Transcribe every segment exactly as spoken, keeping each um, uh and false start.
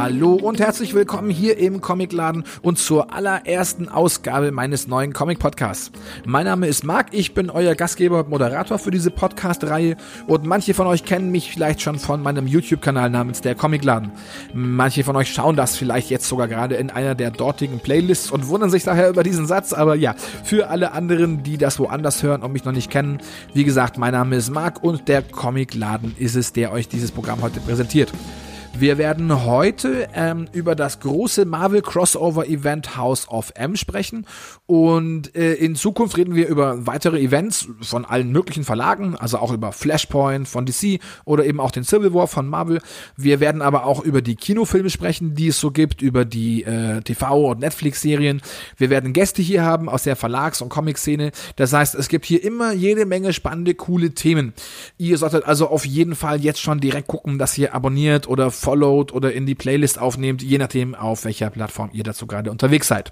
Hallo und herzlich willkommen hier im Comicladen und zur allerersten Ausgabe meines neuen Comic-Podcasts. Mein Name ist Marc, ich bin euer Gastgeber und Moderator für diese Podcast-Reihe und manche von euch kennen mich vielleicht schon von meinem YouTube-Kanal namens der Comicladen. Manche von euch schauen das vielleicht jetzt sogar gerade in einer der dortigen Playlists und wundern sich daher über diesen Satz, aber ja, für alle anderen, die das woanders hören und mich noch nicht kennen, wie gesagt, mein Name ist Marc und der Comicladen ist es, der euch dieses Programm heute präsentiert. Wir werden heute ähm, über das große Marvel-Crossover-Event House of M sprechen und äh, in Zukunft reden wir über weitere Events von allen möglichen Verlagen, also auch über Flashpoint von D C oder eben auch den Civil War von Marvel. Wir werden aber auch über die Kinofilme sprechen, die es so gibt, über die äh, T V- und Netflix-Serien. Wir werden Gäste hier haben aus der Verlags- und Comic-Szene. Das heißt, es gibt hier immer jede Menge spannende, coole Themen. Ihr solltet also auf jeden Fall jetzt schon direkt gucken, dass ihr abonniert oder followt oder in die Playlist aufnehmt, je nachdem, auf welcher Plattform ihr dazu gerade unterwegs seid.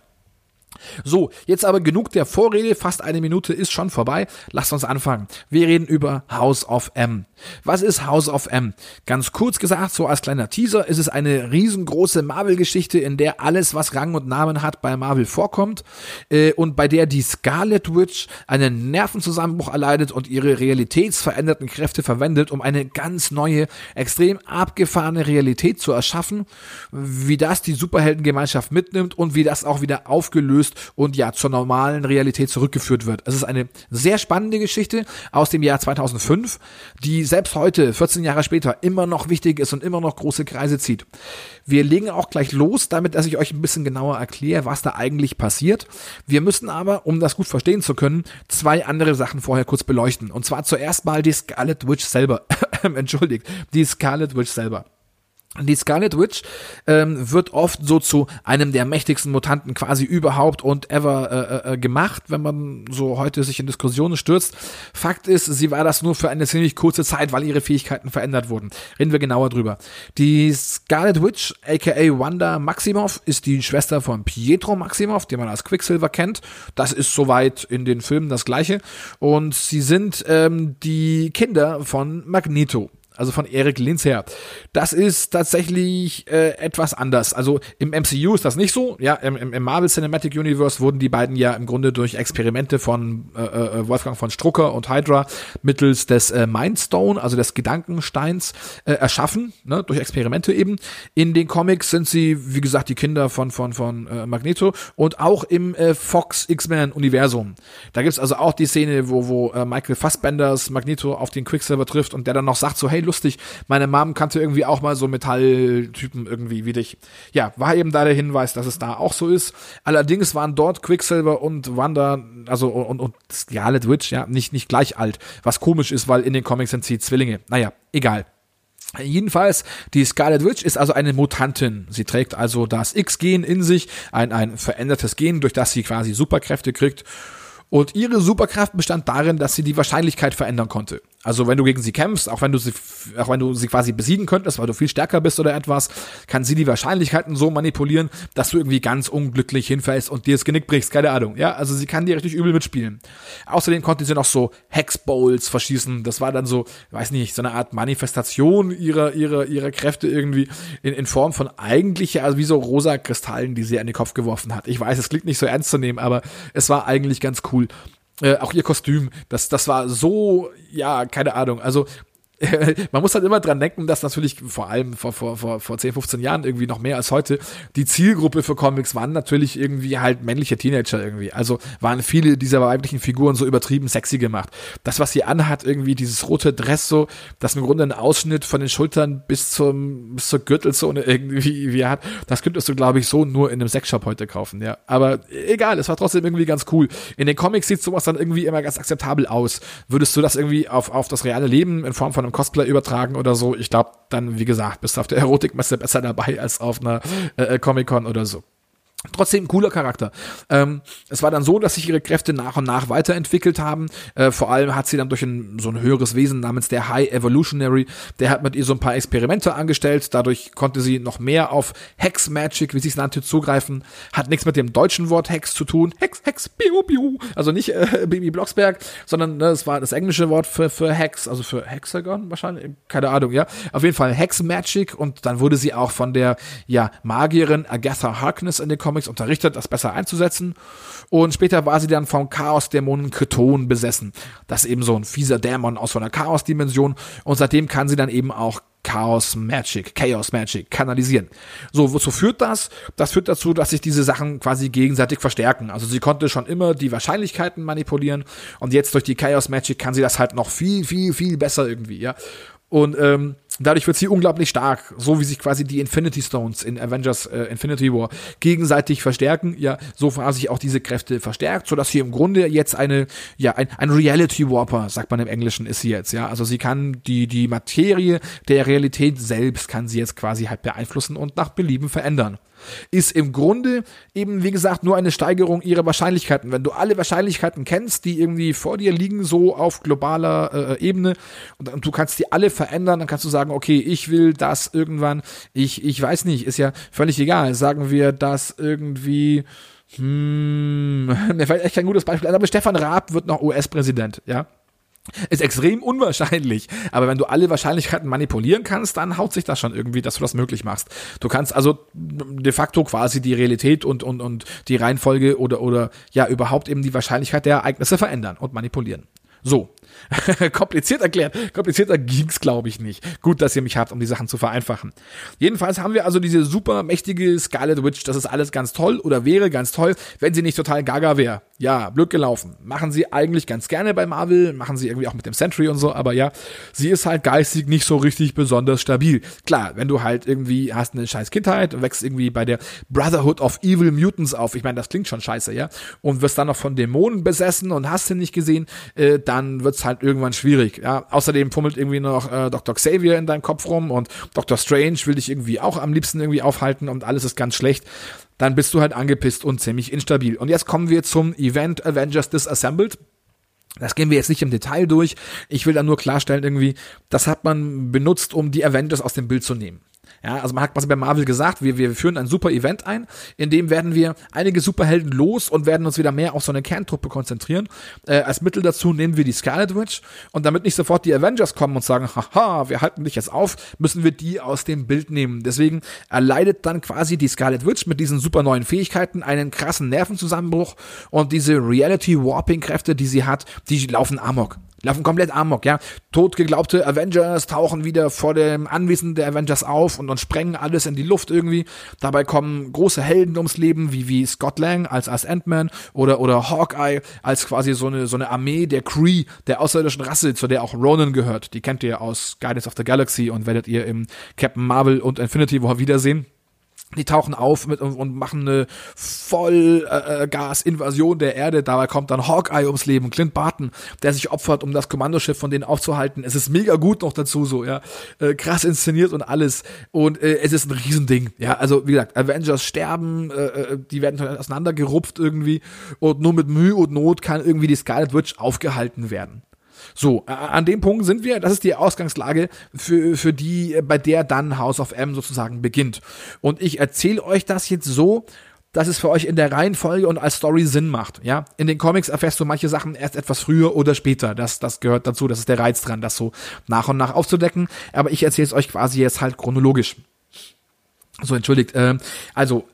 So, jetzt aber genug der Vorrede, fast eine Minute ist schon vorbei, lasst uns anfangen. Wir reden über House of M. Was ist House of M? Ganz kurz gesagt, so als kleiner Teaser, ist es eine riesengroße Marvel-Geschichte, in der alles, was Rang und Namen hat, bei Marvel vorkommt äh, und bei der die Scarlet Witch einen Nervenzusammenbruch erleidet und ihre realitätsveränderten Kräfte verwendet, um eine ganz neue, extrem abgefahrene Realität zu erschaffen, wie das die Superheldengemeinschaft mitnimmt und wie das auch wieder aufgelöst und ja zur normalen Realität zurückgeführt wird. Es ist eine sehr spannende Geschichte aus dem Jahr zweitausendfünf, die selbst heute, vierzehn Jahre später, immer noch wichtig ist und immer noch große Kreise zieht. Wir legen auch gleich los, damit dass ich euch ein bisschen genauer erkläre, was da eigentlich passiert. Wir müssen aber, um das gut verstehen zu können, zwei andere Sachen vorher kurz beleuchten. Und zwar zuerst mal die Scarlet Witch selber. Entschuldigt, die Scarlet Witch selber. Die Scarlet Witch ähm, wird oft so zu einem der mächtigsten Mutanten quasi überhaupt und ever äh, äh, gemacht, wenn man so heute sich in Diskussionen stürzt. Fakt ist, sie war das nur für eine ziemlich kurze Zeit, weil ihre Fähigkeiten verändert wurden. Reden wir genauer drüber. Die Scarlet Witch, aka Wanda Maximoff, ist die Schwester von Pietro Maximoff, den man als Quicksilver kennt. Das ist soweit in den Filmen das Gleiche. Und sie sind ähm, die Kinder von Magneto. Also von Eric Lehnsherr. Das ist tatsächlich äh, etwas anders. Also im M C U ist das nicht so. Ja, im, im Marvel Cinematic Universe wurden die beiden ja im Grunde durch Experimente von äh, äh, Wolfgang von Strucker und Hydra mittels des äh, Mindstone, also des Gedankensteins, äh, erschaffen, ne, durch Experimente eben. In den Comics sind sie, wie gesagt, die Kinder von von von äh, Magneto und auch im äh, Fox X-Men Universum. Da gibt's also auch die Szene, wo wo äh, Michael Fassbenders Magneto auf den Quicksilver trifft und der dann noch sagt so, hey, lustig, meine Mom kannte irgendwie auch mal so Metalltypen irgendwie wie dich. Ja, war eben da der Hinweis, dass es da auch so ist. Allerdings waren dort Quicksilver und Wanda, also und, und Scarlet Witch, ja, nicht, nicht gleich alt. Was komisch ist, weil in den Comics sind sie Zwillinge. Naja, egal. Jedenfalls, die Scarlet Witch ist also eine Mutantin. Sie trägt also das X-Gen in sich, ein, ein verändertes Gen, durch das sie quasi Superkräfte kriegt. Und ihre Superkraft bestand darin, dass sie die Wahrscheinlichkeit verändern konnte. Also wenn du gegen sie kämpfst, auch wenn du sie, auch wenn du sie quasi besiegen könntest, weil du viel stärker bist oder etwas, kann sie die Wahrscheinlichkeiten so manipulieren, dass du irgendwie ganz unglücklich hinfällst und dir das Genick brichst, keine Ahnung. Ja, also sie kann dir richtig übel mitspielen. Außerdem konnte sie noch so Hexbowls verschießen. Das war dann so, weiß nicht, so eine Art Manifestation ihrer ihrer ihrer Kräfte irgendwie in, in Form von eigentlich, also wie so rosa Kristallen, die sie an den Kopf geworfen hat. Ich weiß, es klingt nicht so ernst zu nehmen, aber es war eigentlich ganz cool. Äh, auch ihr Kostüm, das das war so, ja, keine Ahnung, also man muss halt immer dran denken, dass natürlich vor allem vor, vor, vor, vor zehn, fünfzehn Jahren irgendwie noch mehr als heute die Zielgruppe für Comics waren natürlich irgendwie halt männliche Teenager irgendwie. Also waren viele dieser weiblichen Figuren so übertrieben sexy gemacht. Das, was sie anhat, irgendwie dieses rote Dress so, das im Grunde einen Ausschnitt von den Schultern bis zum, bis zur Gürtelzone irgendwie wie hat, das könntest du, glaube ich, so nur in einem Sexshop heute kaufen, ja. Aber egal, es war trotzdem irgendwie ganz cool. In den Comics sieht sowas dann irgendwie immer ganz akzeptabel aus. Würdest du das irgendwie auf, auf das reale Leben in Form von einem Cosplay übertragen oder so, ich glaube, dann, wie gesagt, bist du auf der Erotikmesse besser dabei als auf einer äh, Comic-Con oder so. Trotzdem ein cooler Charakter. Ähm, es war dann so, dass sich ihre Kräfte nach und nach weiterentwickelt haben. Äh, vor allem hat sie dann durch ein, so ein höheres Wesen namens der High Evolutionary, der hat mit ihr so ein paar Experimente angestellt. Dadurch konnte sie noch mehr auf Hex Magic, wie sie es nannte, zugreifen. Hat nichts mit dem deutschen Wort Hex zu tun. Hex, Hex, Piu, Piu. Also nicht äh, Bibi Blocksberg, sondern ne, das war das englische Wort für, für Hex, also für Hexagon wahrscheinlich. Keine Ahnung, ja. Auf jeden Fall Hex Magic, und dann wurde sie auch von der ja Magierin Agatha Harkness in den Comics unterrichtet, das besser einzusetzen. Und später war sie dann vom Chaos-Dämonen Kreton besessen. Das ist eben so ein fieser Dämon aus so einer Chaos-Dimension. Und seitdem kann sie dann eben auch Chaos Magic, Chaos Magic kanalisieren. So, wozu führt das? Das führt dazu, dass sich diese Sachen quasi gegenseitig verstärken. Also sie konnte schon immer die Wahrscheinlichkeiten manipulieren, und jetzt durch die Chaos Magic kann sie das halt noch viel, viel, viel besser irgendwie, ja. Und ähm, dadurch wird sie unglaublich stark, so wie sich quasi die Infinity Stones in Avengers äh, Infinity War gegenseitig verstärken. Ja, so haben sich auch diese Kräfte verstärkt, sodass sie im Grunde jetzt eine, ja, ein, ein Reality Warper, sagt man im Englischen, ist sie jetzt. Ja, also sie kann die die Materie der Realität selbst kann sie jetzt quasi halt beeinflussen und nach Belieben verändern. Ist im Grunde eben, wie gesagt, nur eine Steigerung ihrer Wahrscheinlichkeiten. Wenn du alle Wahrscheinlichkeiten kennst, die irgendwie vor dir liegen, so auf globaler äh, Ebene, und, und du kannst die alle verändern, dann kannst du sagen, okay, ich will das irgendwann, ich ich weiß nicht, ist ja völlig egal. Sagen wir das irgendwie, hm, mir fällt echt kein gutes Beispiel ein, aber Stefan Raab wird noch U S-Präsident, ja. Ist extrem unwahrscheinlich, aber wenn du alle Wahrscheinlichkeiten manipulieren kannst, dann haut sich das schon irgendwie, dass du das möglich machst. Du kannst also de facto quasi die Realität und und und die Reihenfolge oder oder ja überhaupt eben die Wahrscheinlichkeit der Ereignisse verändern und manipulieren. So, kompliziert erklärt. Komplizierter ging's, glaube ich, nicht. Gut, dass ihr mich habt, um die Sachen zu vereinfachen. Jedenfalls haben wir also diese super mächtige Scarlet Witch. Das ist alles ganz toll oder wäre ganz toll, wenn sie nicht total gaga wäre. Ja, blöd gelaufen. Machen sie eigentlich ganz gerne bei Marvel, machen sie irgendwie auch mit dem Sentry und so, aber ja, sie ist halt geistig nicht so richtig besonders stabil. Klar, wenn du halt irgendwie hast eine scheiß Kindheit und wächst irgendwie bei der Brotherhood of Evil Mutants auf, ich meine, das klingt schon scheiße, ja, und wirst dann noch von Dämonen besessen und hast du nicht gesehen, äh, dann wird's halt irgendwann schwierig, ja. Außerdem fummelt irgendwie noch äh, Doktor Xavier in deinem Kopf rum und Doktor Strange will dich irgendwie auch am liebsten irgendwie aufhalten und alles ist ganz schlecht. Dann bist du halt angepisst und ziemlich instabil. Und jetzt kommen wir zum Event Avengers Disassembled. Das gehen wir jetzt nicht im Detail durch. Ich will da nur klarstellen irgendwie, das hat man benutzt, um die Avengers aus dem Bild zu nehmen. Ja, also man hat quasi bei Marvel gesagt, wir, wir führen ein super Event ein, in dem werden wir einige Superhelden los und werden uns wieder mehr auf so eine Kerntruppe konzentrieren. Äh, als Mittel dazu nehmen wir die Scarlet Witch, und damit nicht sofort die Avengers kommen und sagen, haha, wir halten dich jetzt auf, müssen wir die aus dem Bild nehmen. Deswegen erleidet dann quasi die Scarlet Witch mit diesen super neuen Fähigkeiten einen krassen Nervenzusammenbruch, und diese Reality-Warping-Kräfte, die sie hat, die laufen amok. Laufen komplett amok, ja. Totgeglaubte Avengers tauchen wieder vor dem Anwesen der Avengers auf und, und sprengen alles in die Luft irgendwie. Dabei kommen große Helden ums Leben, wie wie Scott Lang als als Ant-Man oder oder Hawkeye als quasi so eine so eine Armee der Kree, der außerirdischen Rasse, zu der auch Ronan gehört. Die kennt ihr aus Guardians of the Galaxy und werdet ihr im Captain Marvel und Infinity War wiedersehen. Die tauchen auf mit und, und machen eine Vollgas-Invasion äh, der Erde. Dabei kommt dann Hawkeye ums Leben, Clint Barton, der sich opfert, um das Kommandoschiff von denen aufzuhalten. Es ist mega gut noch dazu, so, ja. Äh, krass inszeniert und alles. Und äh, es ist ein Riesending, ja. Also, wie gesagt, Avengers sterben, äh, die werden auseinandergerupft irgendwie. Und nur mit Mühe und Not kann irgendwie die Scarlet Witch aufgehalten werden. So, an dem Punkt sind wir, das ist die Ausgangslage, für, für die, bei der dann House of M sozusagen beginnt. Und ich erzähle euch das jetzt so, dass es für euch in der Reihenfolge und als Story Sinn macht, ja. In den Comics erfährst du manche Sachen erst etwas früher oder später. Das, das gehört dazu, das ist der Reiz dran, das so nach und nach aufzudecken. Aber ich erzähle es euch quasi jetzt halt chronologisch. So, entschuldigt, äh, also,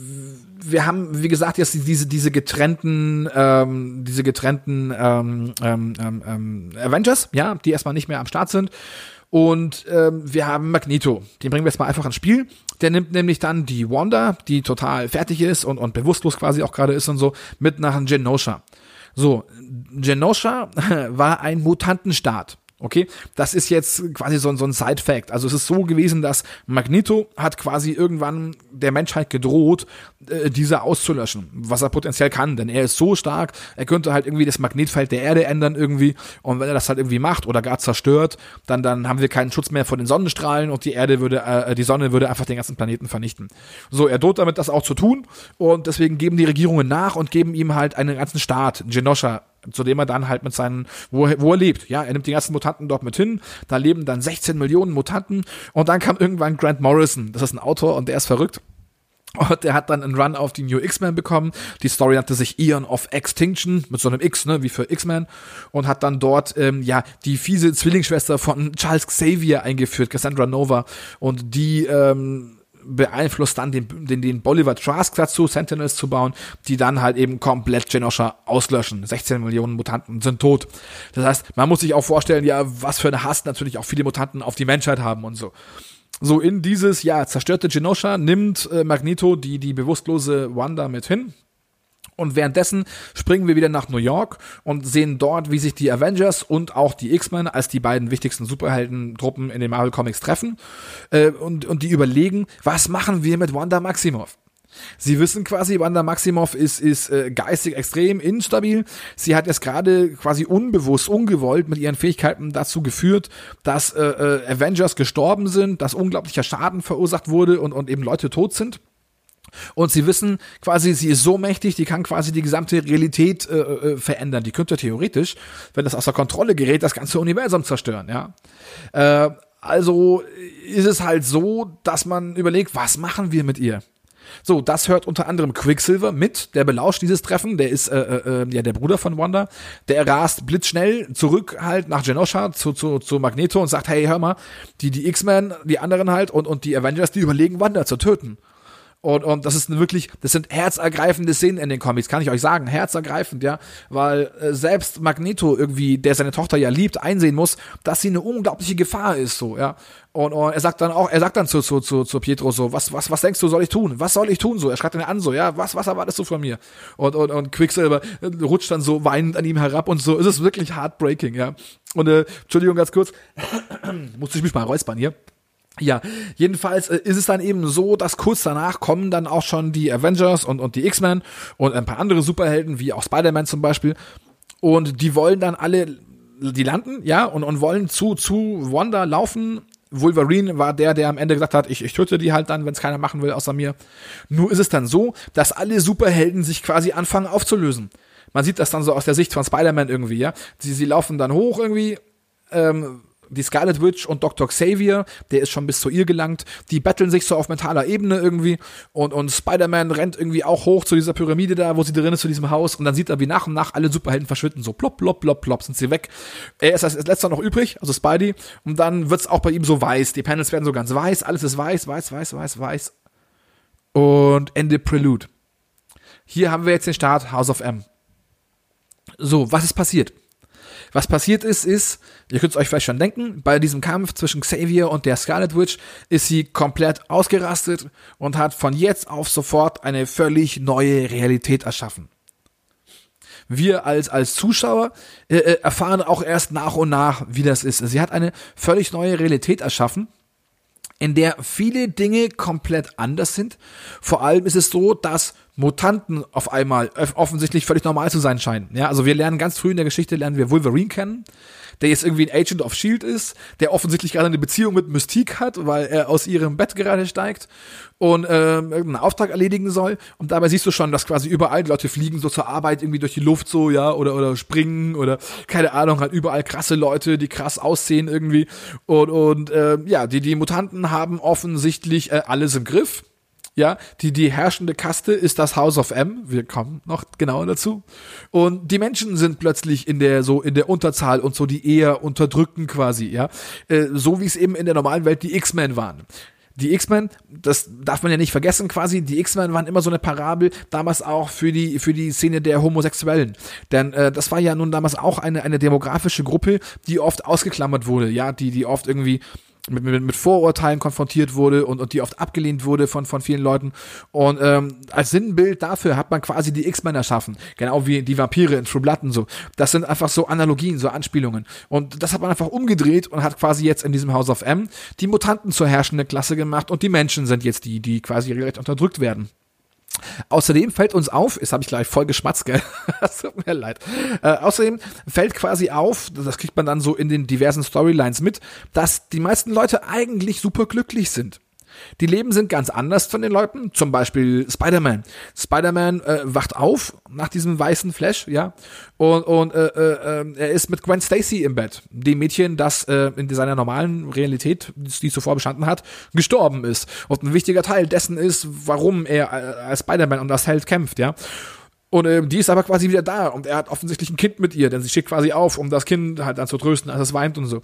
wir haben, wie gesagt, jetzt diese diese getrennten ähm, diese getrennten ähm, ähm, ähm, Avengers, ja, die erstmal nicht mehr am Start sind. Und ähm, wir haben Magneto. Den bringen wir jetzt mal einfach ins Spiel. Der nimmt nämlich dann die Wanda, die total fertig ist und und bewusstlos quasi auch gerade ist und so, mit nach Genosha. So, Genosha war ein Mutantenstaat. Okay, das ist jetzt quasi so, so ein Side-Fact. Also es ist so gewesen, dass Magneto hat quasi irgendwann der Menschheit gedroht, äh, diese auszulöschen, was er potenziell kann, denn er ist so stark, er könnte halt irgendwie das Magnetfeld der Erde ändern irgendwie, und wenn er das halt irgendwie macht oder gar zerstört, dann, dann haben wir keinen Schutz mehr vor den Sonnenstrahlen und die Erde würde, äh, die Sonne würde einfach den ganzen Planeten vernichten. So, er droht damit, das auch zu tun, und deswegen geben die Regierungen nach und geben ihm halt einen ganzen Staat, Genosha, zu dem er dann halt mit seinen, wo er, wo er lebt, ja, er nimmt die ganzen Mutanten dort mit hin, da leben dann sechzehn Millionen Mutanten, und dann kam irgendwann Grant Morrison, das ist ein Autor und der ist verrückt, und der hat dann einen Run auf die New X-Men bekommen, die Story nannte sich Eon of Extinction, mit so einem X, ne, wie für X-Men, und hat dann dort, ähm, ja, die fiese Zwillingsschwester von Charles Xavier eingeführt, Cassandra Nova, und die, ähm, beeinflusst dann den, den, den Bolivar Trask dazu, Sentinels zu bauen, die dann halt eben komplett Genosha auslöschen. sechzehn Millionen Mutanten sind tot. Das heißt, man muss sich auch vorstellen, ja, was für eine Hass natürlich auch viele Mutanten auf die Menschheit haben und so. So, in dieses, ja, zerstörte Genosha nimmt äh, Magneto die, die bewusstlose Wanda mit hin. Und währenddessen springen wir wieder nach New York und sehen dort, wie sich die Avengers und auch die X-Men als die beiden wichtigsten Superheldentruppen in den Marvel Comics treffen, äh, und, und die überlegen, was machen wir mit Wanda Maximoff? Sie wissen quasi, Wanda Maximoff ist, ist äh, geistig extrem instabil. Sie hat jetzt gerade quasi unbewusst, ungewollt mit ihren Fähigkeiten dazu geführt, dass äh, äh, Avengers gestorben sind, dass unglaublicher Schaden verursacht wurde und, und eben Leute tot sind. Und sie wissen quasi, sie ist so mächtig, die kann quasi die gesamte Realität äh, äh, verändern. Die könnte theoretisch, wenn das außer Kontrolle gerät, das ganze Universum zerstören, ja. Äh, also ist es halt so, dass man überlegt, was machen wir mit ihr? So, das hört unter anderem Quicksilver mit, der belauscht dieses Treffen, der ist äh, äh, ja der Bruder von Wanda, der rast blitzschnell zurück halt nach Genosha zu, zu, zu Magneto und sagt, hey, hör mal, die, die X-Men, die anderen halt und, und die Avengers, die überlegen, Wanda zu töten. Und, und das ist wirklich, das sind herzergreifende Szenen in den Comics, kann ich euch sagen, herzergreifend, ja, weil äh, selbst Magneto irgendwie, der seine Tochter ja liebt, einsehen muss, dass sie eine unglaubliche Gefahr ist, so, ja. Und, und er sagt dann auch, er sagt dann zu, zu, zu, zu Pietro so, was, was, was denkst du, soll ich tun? Was soll ich tun? So, er schreibt ihn an, so, ja, was, was erwartest du von mir? Und, und, und Quicksilver rutscht dann so weinend an ihm herab und so, es ist wirklich heartbreaking, ja. Und, äh, Entschuldigung, ganz kurz, musste ich mich mal räuspern hier. Ja, jedenfalls äh, ist es dann eben so, dass kurz danach kommen dann auch schon die Avengers und, und die X-Men und ein paar andere Superhelden, wie auch Spider-Man zum Beispiel, und die wollen dann alle, die landen, ja, und, und wollen zu, zu Wanda laufen. Wolverine war der, der am Ende gesagt hat, ich, ich töte die halt dann, wenn es keiner machen will außer mir. Nur ist es dann so, dass alle Superhelden sich quasi anfangen aufzulösen. Man sieht das dann so aus der Sicht von Spider-Man irgendwie, ja. Sie, sie laufen dann hoch irgendwie, ähm, die Scarlet Witch und Doktor Xavier, der ist schon bis zu ihr gelangt, die betteln sich so auf mentaler Ebene irgendwie, und, und Spider-Man rennt irgendwie auch hoch zu dieser Pyramide da, wo sie drin ist, zu diesem Haus, und dann sieht er, wie nach und nach alle Superhelden verschwinden, so plopp, plopp, plopp, plopp, sind sie weg. Er ist als letzter noch übrig, also Spidey, und dann wird's auch bei ihm so weiß, die Panels werden so ganz weiß, alles ist weiß, weiß, weiß, weiß, weiß, und Ende Prelude. Hier haben wir jetzt den Start House of M. So, was ist passiert? Was passiert ist, ist, ihr könnt es euch vielleicht schon denken, bei diesem Kampf zwischen Xavier und der Scarlet Witch ist sie komplett ausgerastet und hat von jetzt auf sofort eine völlig neue Realität erschaffen. Wir als, als Zuschauer äh, erfahren auch erst nach und nach, wie das ist. Sie hat eine völlig neue Realität erschaffen, in der viele Dinge komplett anders sind. Vor allem ist es so, dass Mutanten auf einmal offensichtlich völlig normal zu sein scheinen. Ja, also wir lernen ganz früh in der Geschichte, lernen wir Wolverine kennen, der jetzt irgendwie ein Agent of S H I E L D ist, der offensichtlich gerade eine Beziehung mit Mystique hat, weil er aus ihrem Bett gerade steigt und ähm, irgendeinen Auftrag erledigen soll. Und dabei siehst du schon, dass quasi überall die Leute fliegen so zur Arbeit irgendwie durch die Luft so, ja, oder oder springen oder keine Ahnung, halt überall krasse Leute, die krass aussehen irgendwie. Und und äh, ja, die die Mutanten haben offensichtlich äh, alles im Griff. Ja, die, die herrschende Kaste ist das House of M. Wir kommen noch genauer dazu. Und die Menschen sind plötzlich in der, so, in der Unterzahl und so die eher unterdrückten quasi, ja. Äh, so wie es eben in der normalen Welt die X-Men waren. Die X-Men, das darf man ja nicht vergessen quasi, die X-Men waren immer so eine Parabel, damals auch für die für die Szene der Homosexuellen. Denn äh, das war ja nun damals auch eine eine demografische Gruppe, die oft ausgeklammert wurde, ja, die die oft irgendwie mit, mit, mit Vorurteilen konfrontiert wurde und, und die oft abgelehnt wurde von, von vielen Leuten. Und ähm, als Sinnbild dafür hat man quasi die X-Men erschaffen. Genau wie die Vampire in True Blood und so. Das sind einfach so Analogien, so Anspielungen. Und das hat man einfach umgedreht und hat quasi jetzt in diesem House of M die Mutanten zur herrschenden Klasse gemacht und die Menschen sind jetzt die, die quasi regelrecht unterdrückt werden. Außerdem fällt uns auf, jetzt habe ich gleich voll geschmatzt, gell? Das tut mir leid. Äh, außerdem fällt quasi auf, das kriegt man dann so in den diversen Storylines mit, dass die meisten Leute eigentlich super glücklich sind. Die Leben sind ganz anders von den Leuten, zum Beispiel Spider-Man. Spider-Man äh, wacht auf nach diesem weißen Flash, ja, und, und äh, äh, er ist mit Gwen Stacy im Bett, dem Mädchen, das äh, in seiner normalen Realität, die zuvor bestanden hat, gestorben ist. Und ein wichtiger Teil dessen ist, warum er äh, als Spider-Man und als Held kämpft, ja. Und ähm, die ist aber quasi wieder da und er hat offensichtlich ein Kind mit ihr, denn sie schickt quasi auf, um das Kind halt dann zu trösten, als es weint und so.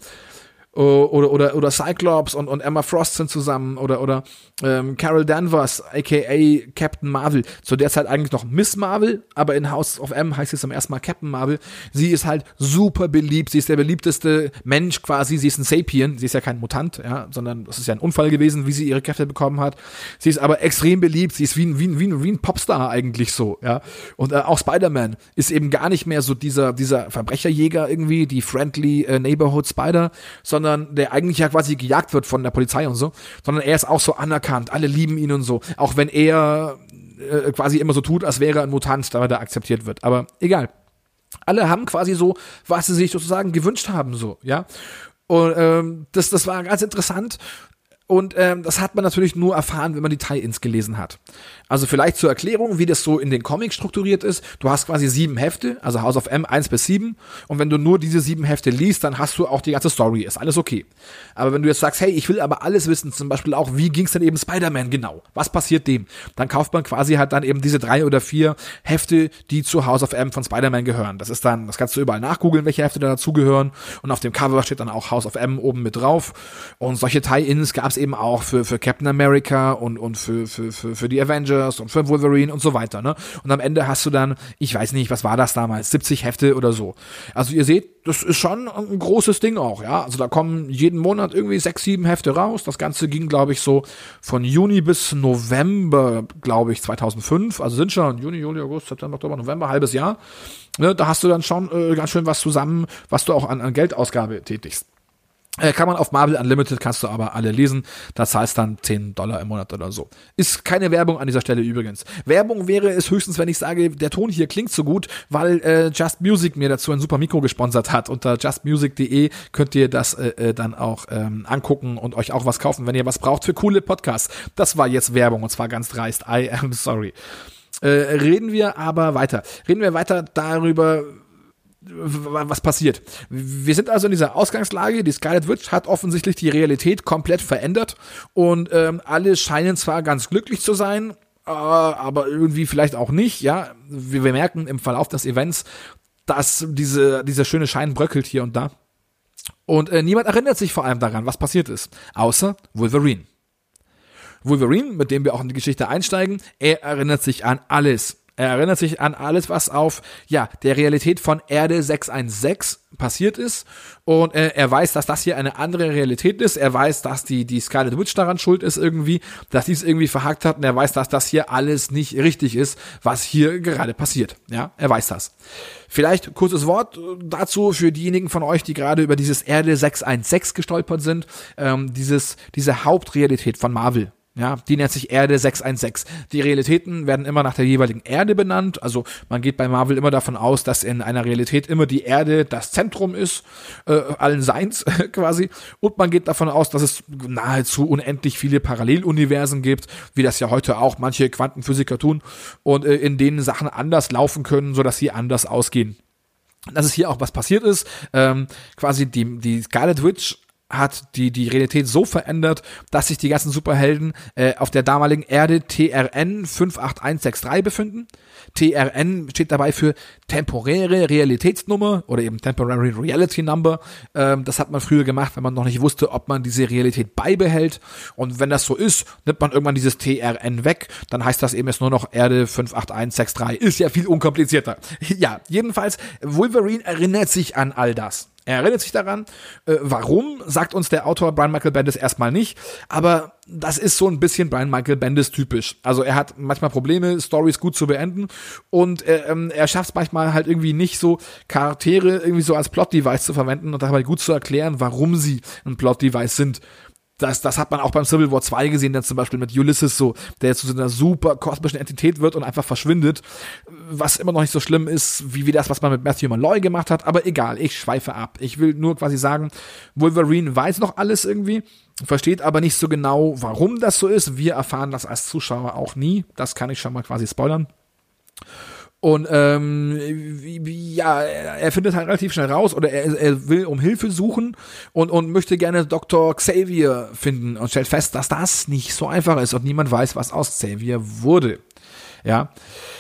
Oder, oder, oder Cyclops und, und Emma Frost sind zusammen oder, oder ähm, Carol Danvers, aka Captain Marvel, zu der Zeit eigentlich noch Miss Marvel, aber in House of M heißt es zum ersten Mal Captain Marvel. Sie ist halt super beliebt, sie ist der beliebteste Mensch quasi, sie ist ein Sapien, sie ist ja kein Mutant, ja, sondern das ist ja ein Unfall gewesen, wie sie ihre Kräfte bekommen hat. Sie ist aber extrem beliebt, sie ist wie ein, wie ein, wie ein, wie ein Popstar eigentlich so, ja. Und äh, auch Spider-Man ist eben gar nicht mehr so dieser, dieser Verbrecherjäger irgendwie, die friendly äh, Neighborhood Spider, sondern sondern der eigentlich ja quasi gejagt wird von der Polizei und so, sondern er ist auch so anerkannt, alle lieben ihn und so, auch wenn er äh, quasi immer so tut, als wäre er ein Mutant, damit er akzeptiert wird, aber egal. Alle haben quasi so, was sie sich sozusagen gewünscht haben, so, ja, und ähm, das, das war ganz interessant. Und ähm, das hat man natürlich nur erfahren, wenn man die Tie-Ins gelesen hat. Also vielleicht zur Erklärung, wie das so in den Comics strukturiert ist. Du hast quasi sieben Hefte, also House of M eins bis sieben. Und wenn du nur diese sieben Hefte liest, dann hast du auch die ganze Story. Ist alles okay. Aber wenn du jetzt sagst, hey, ich will aber alles wissen, zum Beispiel auch, wie ging es denn eben Spider-Man genau? Was passiert dem? Dann kauft man quasi halt dann eben diese drei oder vier Hefte, die zu House of M von Spider-Man gehören. Das ist dann, das kannst du überall nachgoogeln, welche Hefte da dazugehören. Und auf dem Cover steht dann auch House of M oben mit drauf. Und solche Tie-Ins gab es eben auch für, für Captain America und, und für, für, für, für die Avengers und für Wolverine und so weiter, ne? Und am Ende hast du dann, ich weiß nicht, was war das damals, siebzig Hefte oder so. Also ihr seht, das ist schon ein großes Ding auch, ja. Also da kommen jeden Monat irgendwie sechs, sieben Hefte raus. Das Ganze ging, glaube ich, so von Juni bis November, glaube ich, zweitausendfünf. Also sind schon Juni, Juli, August, September, Oktober, November, halbes Jahr. Ne? Da hast du dann schon äh, ganz schön was zusammen, was du auch an, an Geldausgabe tätigst. Äh, kann man auf Marvel Unlimited, kannst du aber alle lesen. Da zahlst dann zehn Dollar im Monat oder so. Ist keine Werbung an dieser Stelle übrigens. Werbung wäre es höchstens, wenn ich sage, der Ton hier klingt so gut, weil äh, Just Music mir dazu ein super Mikro gesponsert hat. Unter just music punkt de könnt ihr das äh, dann auch ähm, angucken und euch auch was kaufen, wenn ihr was braucht für coole Podcasts. Das war jetzt Werbung und zwar ganz dreist. I am sorry. Äh, reden wir aber weiter. Reden wir weiter darüber, was passiert. Wir sind also in dieser Ausgangslage, die Scarlet Witch hat offensichtlich die Realität komplett verändert und ähm, alle scheinen zwar ganz glücklich zu sein, äh, aber irgendwie vielleicht auch nicht, ja. Wir, wir merken im Verlauf des Events, dass diese, dieser schöne Schein bröckelt hier und da. Und äh, niemand erinnert sich vor allem daran, was passiert ist, außer Wolverine. Wolverine, mit dem wir auch in die Geschichte einsteigen, er erinnert sich an alles. Er erinnert sich an alles, was auf ja der Realität von Erde sechs eins sechs passiert ist und äh, er weiß, dass das hier eine andere Realität ist. Er weiß, dass die die Scarlet Witch daran schuld ist irgendwie, dass die es irgendwie verhackt hat und er weiß, dass das hier alles nicht richtig ist, was hier gerade passiert. Ja, er weiß das. Vielleicht kurzes Wort dazu für diejenigen von euch, die gerade über dieses Erde sechs eins sechs gestolpert sind. Ähm, dieses diese Hauptrealität von Marvel. Ja, die nennt sich Erde sechs eins sechs. Die Realitäten werden immer nach der jeweiligen Erde benannt. Also man geht bei Marvel immer davon aus, dass in einer Realität immer die Erde das Zentrum ist, äh, allen Seins quasi. Und man geht davon aus, dass es nahezu unendlich viele Paralleluniversen gibt, wie das ja heute auch manche Quantenphysiker tun. Und äh, in denen Sachen anders laufen können, sodass sie anders ausgehen. Dass es hier auch was passiert ist. Ähm, quasi die, die Scarlet Witch hat die die Realität so verändert, dass sich die ganzen Superhelden äh, auf der damaligen Erde T R N fünf acht eins sechs drei befinden. T R N steht dabei für temporäre Realitätsnummer oder eben Temporary Reality Number. Ähm, das hat man früher gemacht, wenn man noch nicht wusste, ob man diese Realität beibehält. Und wenn das so ist, nimmt man irgendwann dieses T R N weg. Dann heißt das eben jetzt nur noch Erde fünf acht eins sechs drei. Ist ja viel unkomplizierter. Ja, jedenfalls, Wolverine erinnert sich an all das. Er erinnert sich daran. Äh, warum, sagt uns der Autor Brian Michael Bendis erstmal nicht. Aber das ist so ein bisschen Brian Michael Bendis typisch. Also er hat manchmal Probleme, Storys gut zu beenden. Und äh, ähm, er schafft es manchmal halt irgendwie nicht so, Charaktere irgendwie so als Plot-Device zu verwenden und dabei gut zu erklären, warum sie ein Plot-Device sind. Das, das hat man auch beim Civil War zwei gesehen, dann zum Beispiel mit Ulysses so, der jetzt zu so einer super kosmischen Entität wird und einfach verschwindet, was immer noch nicht so schlimm ist, wie, wie das, was man mit Matthew Malloy gemacht hat, aber egal, ich schweife ab. Ich will nur quasi sagen, Wolverine weiß noch alles irgendwie, versteht aber nicht so genau, warum das so ist. Wir erfahren das als Zuschauer auch nie, das kann ich schon mal quasi spoilern. Und ähm, ja, er findet halt relativ schnell raus, oder er, er will um Hilfe suchen und, und möchte gerne Doktor Xavier finden und stellt fest, dass das nicht so einfach ist und niemand weiß, was aus Xavier wurde. Ja,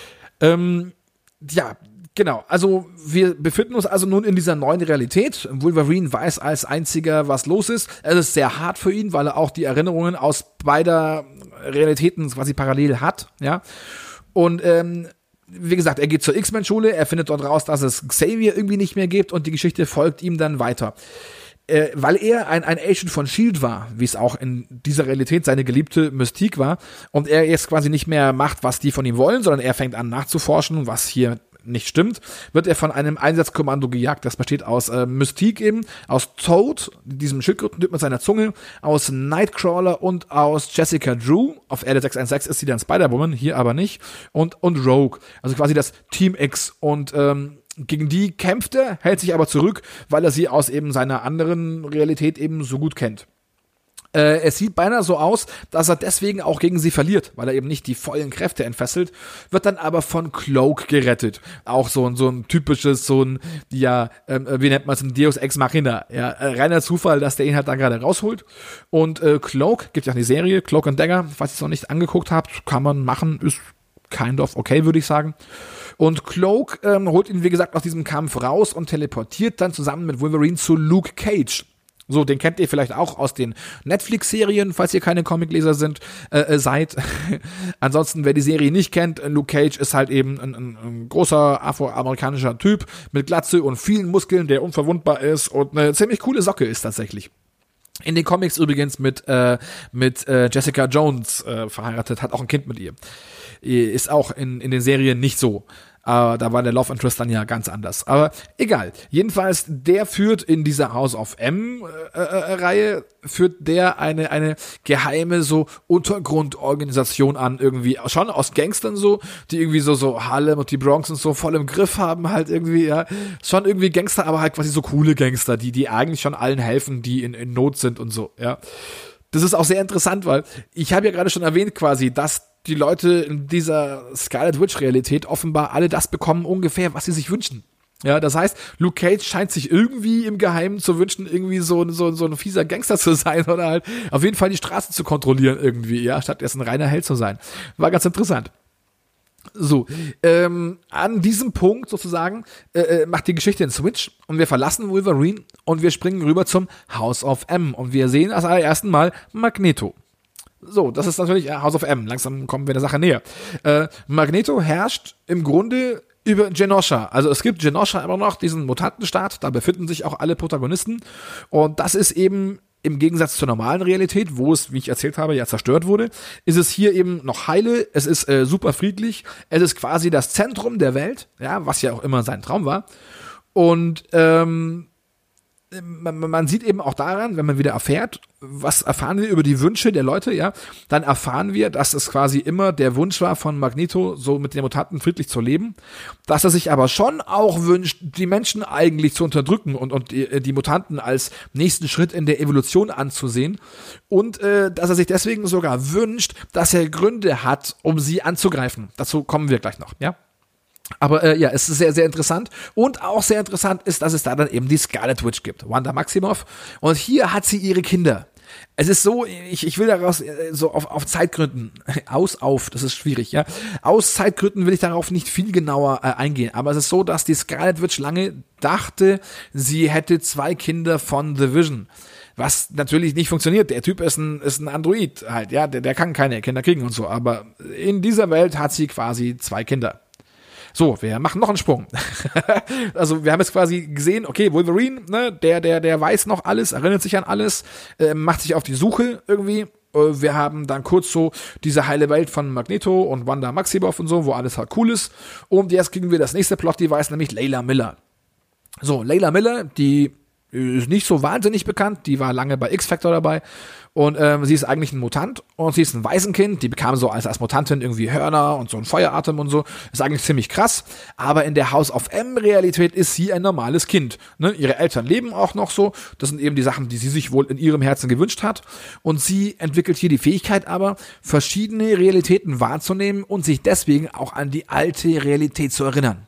ähm, ja, genau. Also wir befinden uns also nun in dieser neuen Realität. Wolverine weiß als einziger, was los ist. Es ist sehr hart für ihn, weil er auch die Erinnerungen aus beider Realitäten quasi parallel hat. Ja, und ähm, wie gesagt, er geht zur X-Men-Schule, er findet dort raus, dass es Xavier irgendwie nicht mehr gibt und die Geschichte folgt ihm dann weiter. Äh, weil er ein, ein Agent von S H I E L D war, wie es auch in dieser Realität seine geliebte Mystique war, und er jetzt quasi nicht mehr macht, was die von ihm wollen, sondern er fängt an nachzuforschen, was hier nicht stimmt, wird er von einem Einsatzkommando gejagt. Das besteht aus äh, Mystique eben, aus Toad, diesem Schildkrötentyp mit seiner Zunge, aus Nightcrawler und aus Jessica Drew. Auf Erde sechs eins sechs ist sie dann Spider-Woman, hier aber nicht. Und, und Rogue, also quasi das Team X. Und ähm, gegen die kämpft er, hält sich aber zurück, weil er sie aus eben seiner anderen Realität eben so gut kennt. Äh, es sieht beinahe so aus, dass er deswegen auch gegen sie verliert, weil er eben nicht die vollen Kräfte entfesselt, wird dann aber von Cloak gerettet. Auch so ein, so ein typisches, so ein, ja, ähm, wie nennt man es, ein Deus Ex Machina. Ja, äh, reiner Zufall, dass der ihn halt dann gerade rausholt. Und äh, Cloak, gibt ja die Serie, Cloak and Dagger, falls ihr es noch nicht angeguckt habt, kann man machen, ist kind of okay, würde ich sagen. Und Cloak ähm, holt ihn, wie gesagt, aus diesem Kampf raus und teleportiert dann zusammen mit Wolverine zu Luke Cage. So, den kennt ihr vielleicht auch aus den Netflix-Serien, falls ihr keine Comicleser sind, äh, seid. Ansonsten, wer die Serie nicht kennt, Luke Cage ist halt eben ein, ein, ein großer afroamerikanischer Typ mit Glatze und vielen Muskeln, der unverwundbar ist und eine ziemlich coole Socke ist tatsächlich. In den Comics übrigens mit äh, mit äh, Jessica Jones äh, verheiratet, hat auch ein Kind mit ihr. Ist auch in in den Serien nicht so. Uh, da war der Love Interest dann ja ganz anders. Aber egal. Jedenfalls, der führt in dieser House of M äh, äh, Reihe, führt der eine eine geheime so Untergrundorganisation an, irgendwie schon aus Gangstern so, die irgendwie so so Harlem und die Bronx und so voll im Griff haben, halt irgendwie, ja, schon irgendwie Gangster, aber halt quasi so coole Gangster, die die eigentlich schon allen helfen, die in, in Not sind und so, ja. Das ist auch sehr interessant, weil ich habe ja gerade schon erwähnt quasi, dass die Leute in dieser Scarlet Witch-Realität offenbar alle das bekommen ungefähr, was sie sich wünschen. Ja, das heißt, Luke Cage scheint sich irgendwie im Geheimen zu wünschen, irgendwie so, so, so ein fieser Gangster zu sein oder halt auf jeden Fall die Straßen zu kontrollieren irgendwie, ja, statt erst ein reiner Held zu sein. War ganz interessant. So, ähm, an diesem Punkt sozusagen äh, macht die Geschichte einen Switch und wir verlassen Wolverine und wir springen rüber zum House of M und wir sehen als allerersten Mal Magneto. So, das ist natürlich House of M. Langsam kommen wir der Sache näher. Äh, Magneto herrscht im Grunde über Genosha. Also es gibt Genosha immer noch, diesen Mutantenstaat, da befinden sich auch alle Protagonisten und das ist eben im Gegensatz zur normalen Realität, wo es, wie ich erzählt habe, ja zerstört wurde, ist es hier eben noch heile, es ist äh, super friedlich, es ist quasi das Zentrum der Welt, ja, was ja auch immer sein Traum war. Und ähm, man, man sieht eben auch daran, wenn man wieder erfährt, was erfahren wir über die Wünsche der Leute, ja, dann erfahren wir, dass es quasi immer der Wunsch war von Magneto, so mit den Mutanten friedlich zu leben, dass er sich aber schon auch wünscht, die Menschen eigentlich zu unterdrücken und, und die, die Mutanten als nächsten Schritt in der Evolution anzusehen und äh, dass er sich deswegen sogar wünscht, dass er Gründe hat, um sie anzugreifen. Dazu kommen wir gleich noch, ja. Aber äh, ja, es ist sehr, sehr interessant. Und auch sehr interessant ist, dass es da dann eben die Scarlet Witch gibt, Wanda Maximoff. Und hier hat sie ihre Kinder. Es ist so, ich, ich will daraus äh, so auf, auf Zeitgründen, aus, auf, das ist schwierig, ja. Aus Zeitgründen will ich darauf nicht viel genauer äh, eingehen. Aber es ist so, dass die Scarlet Witch lange dachte, sie hätte zwei Kinder von The Vision. Was natürlich nicht funktioniert. Der Typ ist ein, ist ein Android halt, ja. Der, der kann keine Kinder kriegen und so. Aber in dieser Welt hat sie quasi zwei Kinder. So, wir machen noch einen Sprung. Also wir haben jetzt quasi gesehen, okay, Wolverine, ne, der, der, der weiß noch alles, erinnert sich an alles, äh, macht sich auf die Suche irgendwie. Äh, wir haben dann kurz so diese heile Welt von Magneto und Wanda Maximoff und so, wo alles halt cool ist. Und jetzt kriegen wir das nächste Plot-Device, nämlich Layla Miller. So, Layla Miller, die ist nicht so wahnsinnig bekannt, die war lange bei X-Factor dabei und ähm, sie ist eigentlich ein Mutant und sie ist ein Waisenkind, die bekam so als, als Mutantin irgendwie Hörner und so ein Feueratem und so, ist eigentlich ziemlich krass, aber in der House of M-Realität ist sie ein normales Kind, ne? Ihre Eltern leben auch noch so, das sind eben die Sachen, die sie sich wohl in ihrem Herzen gewünscht hat und sie entwickelt hier die Fähigkeit aber, verschiedene Realitäten wahrzunehmen und sich deswegen auch an die alte Realität zu erinnern.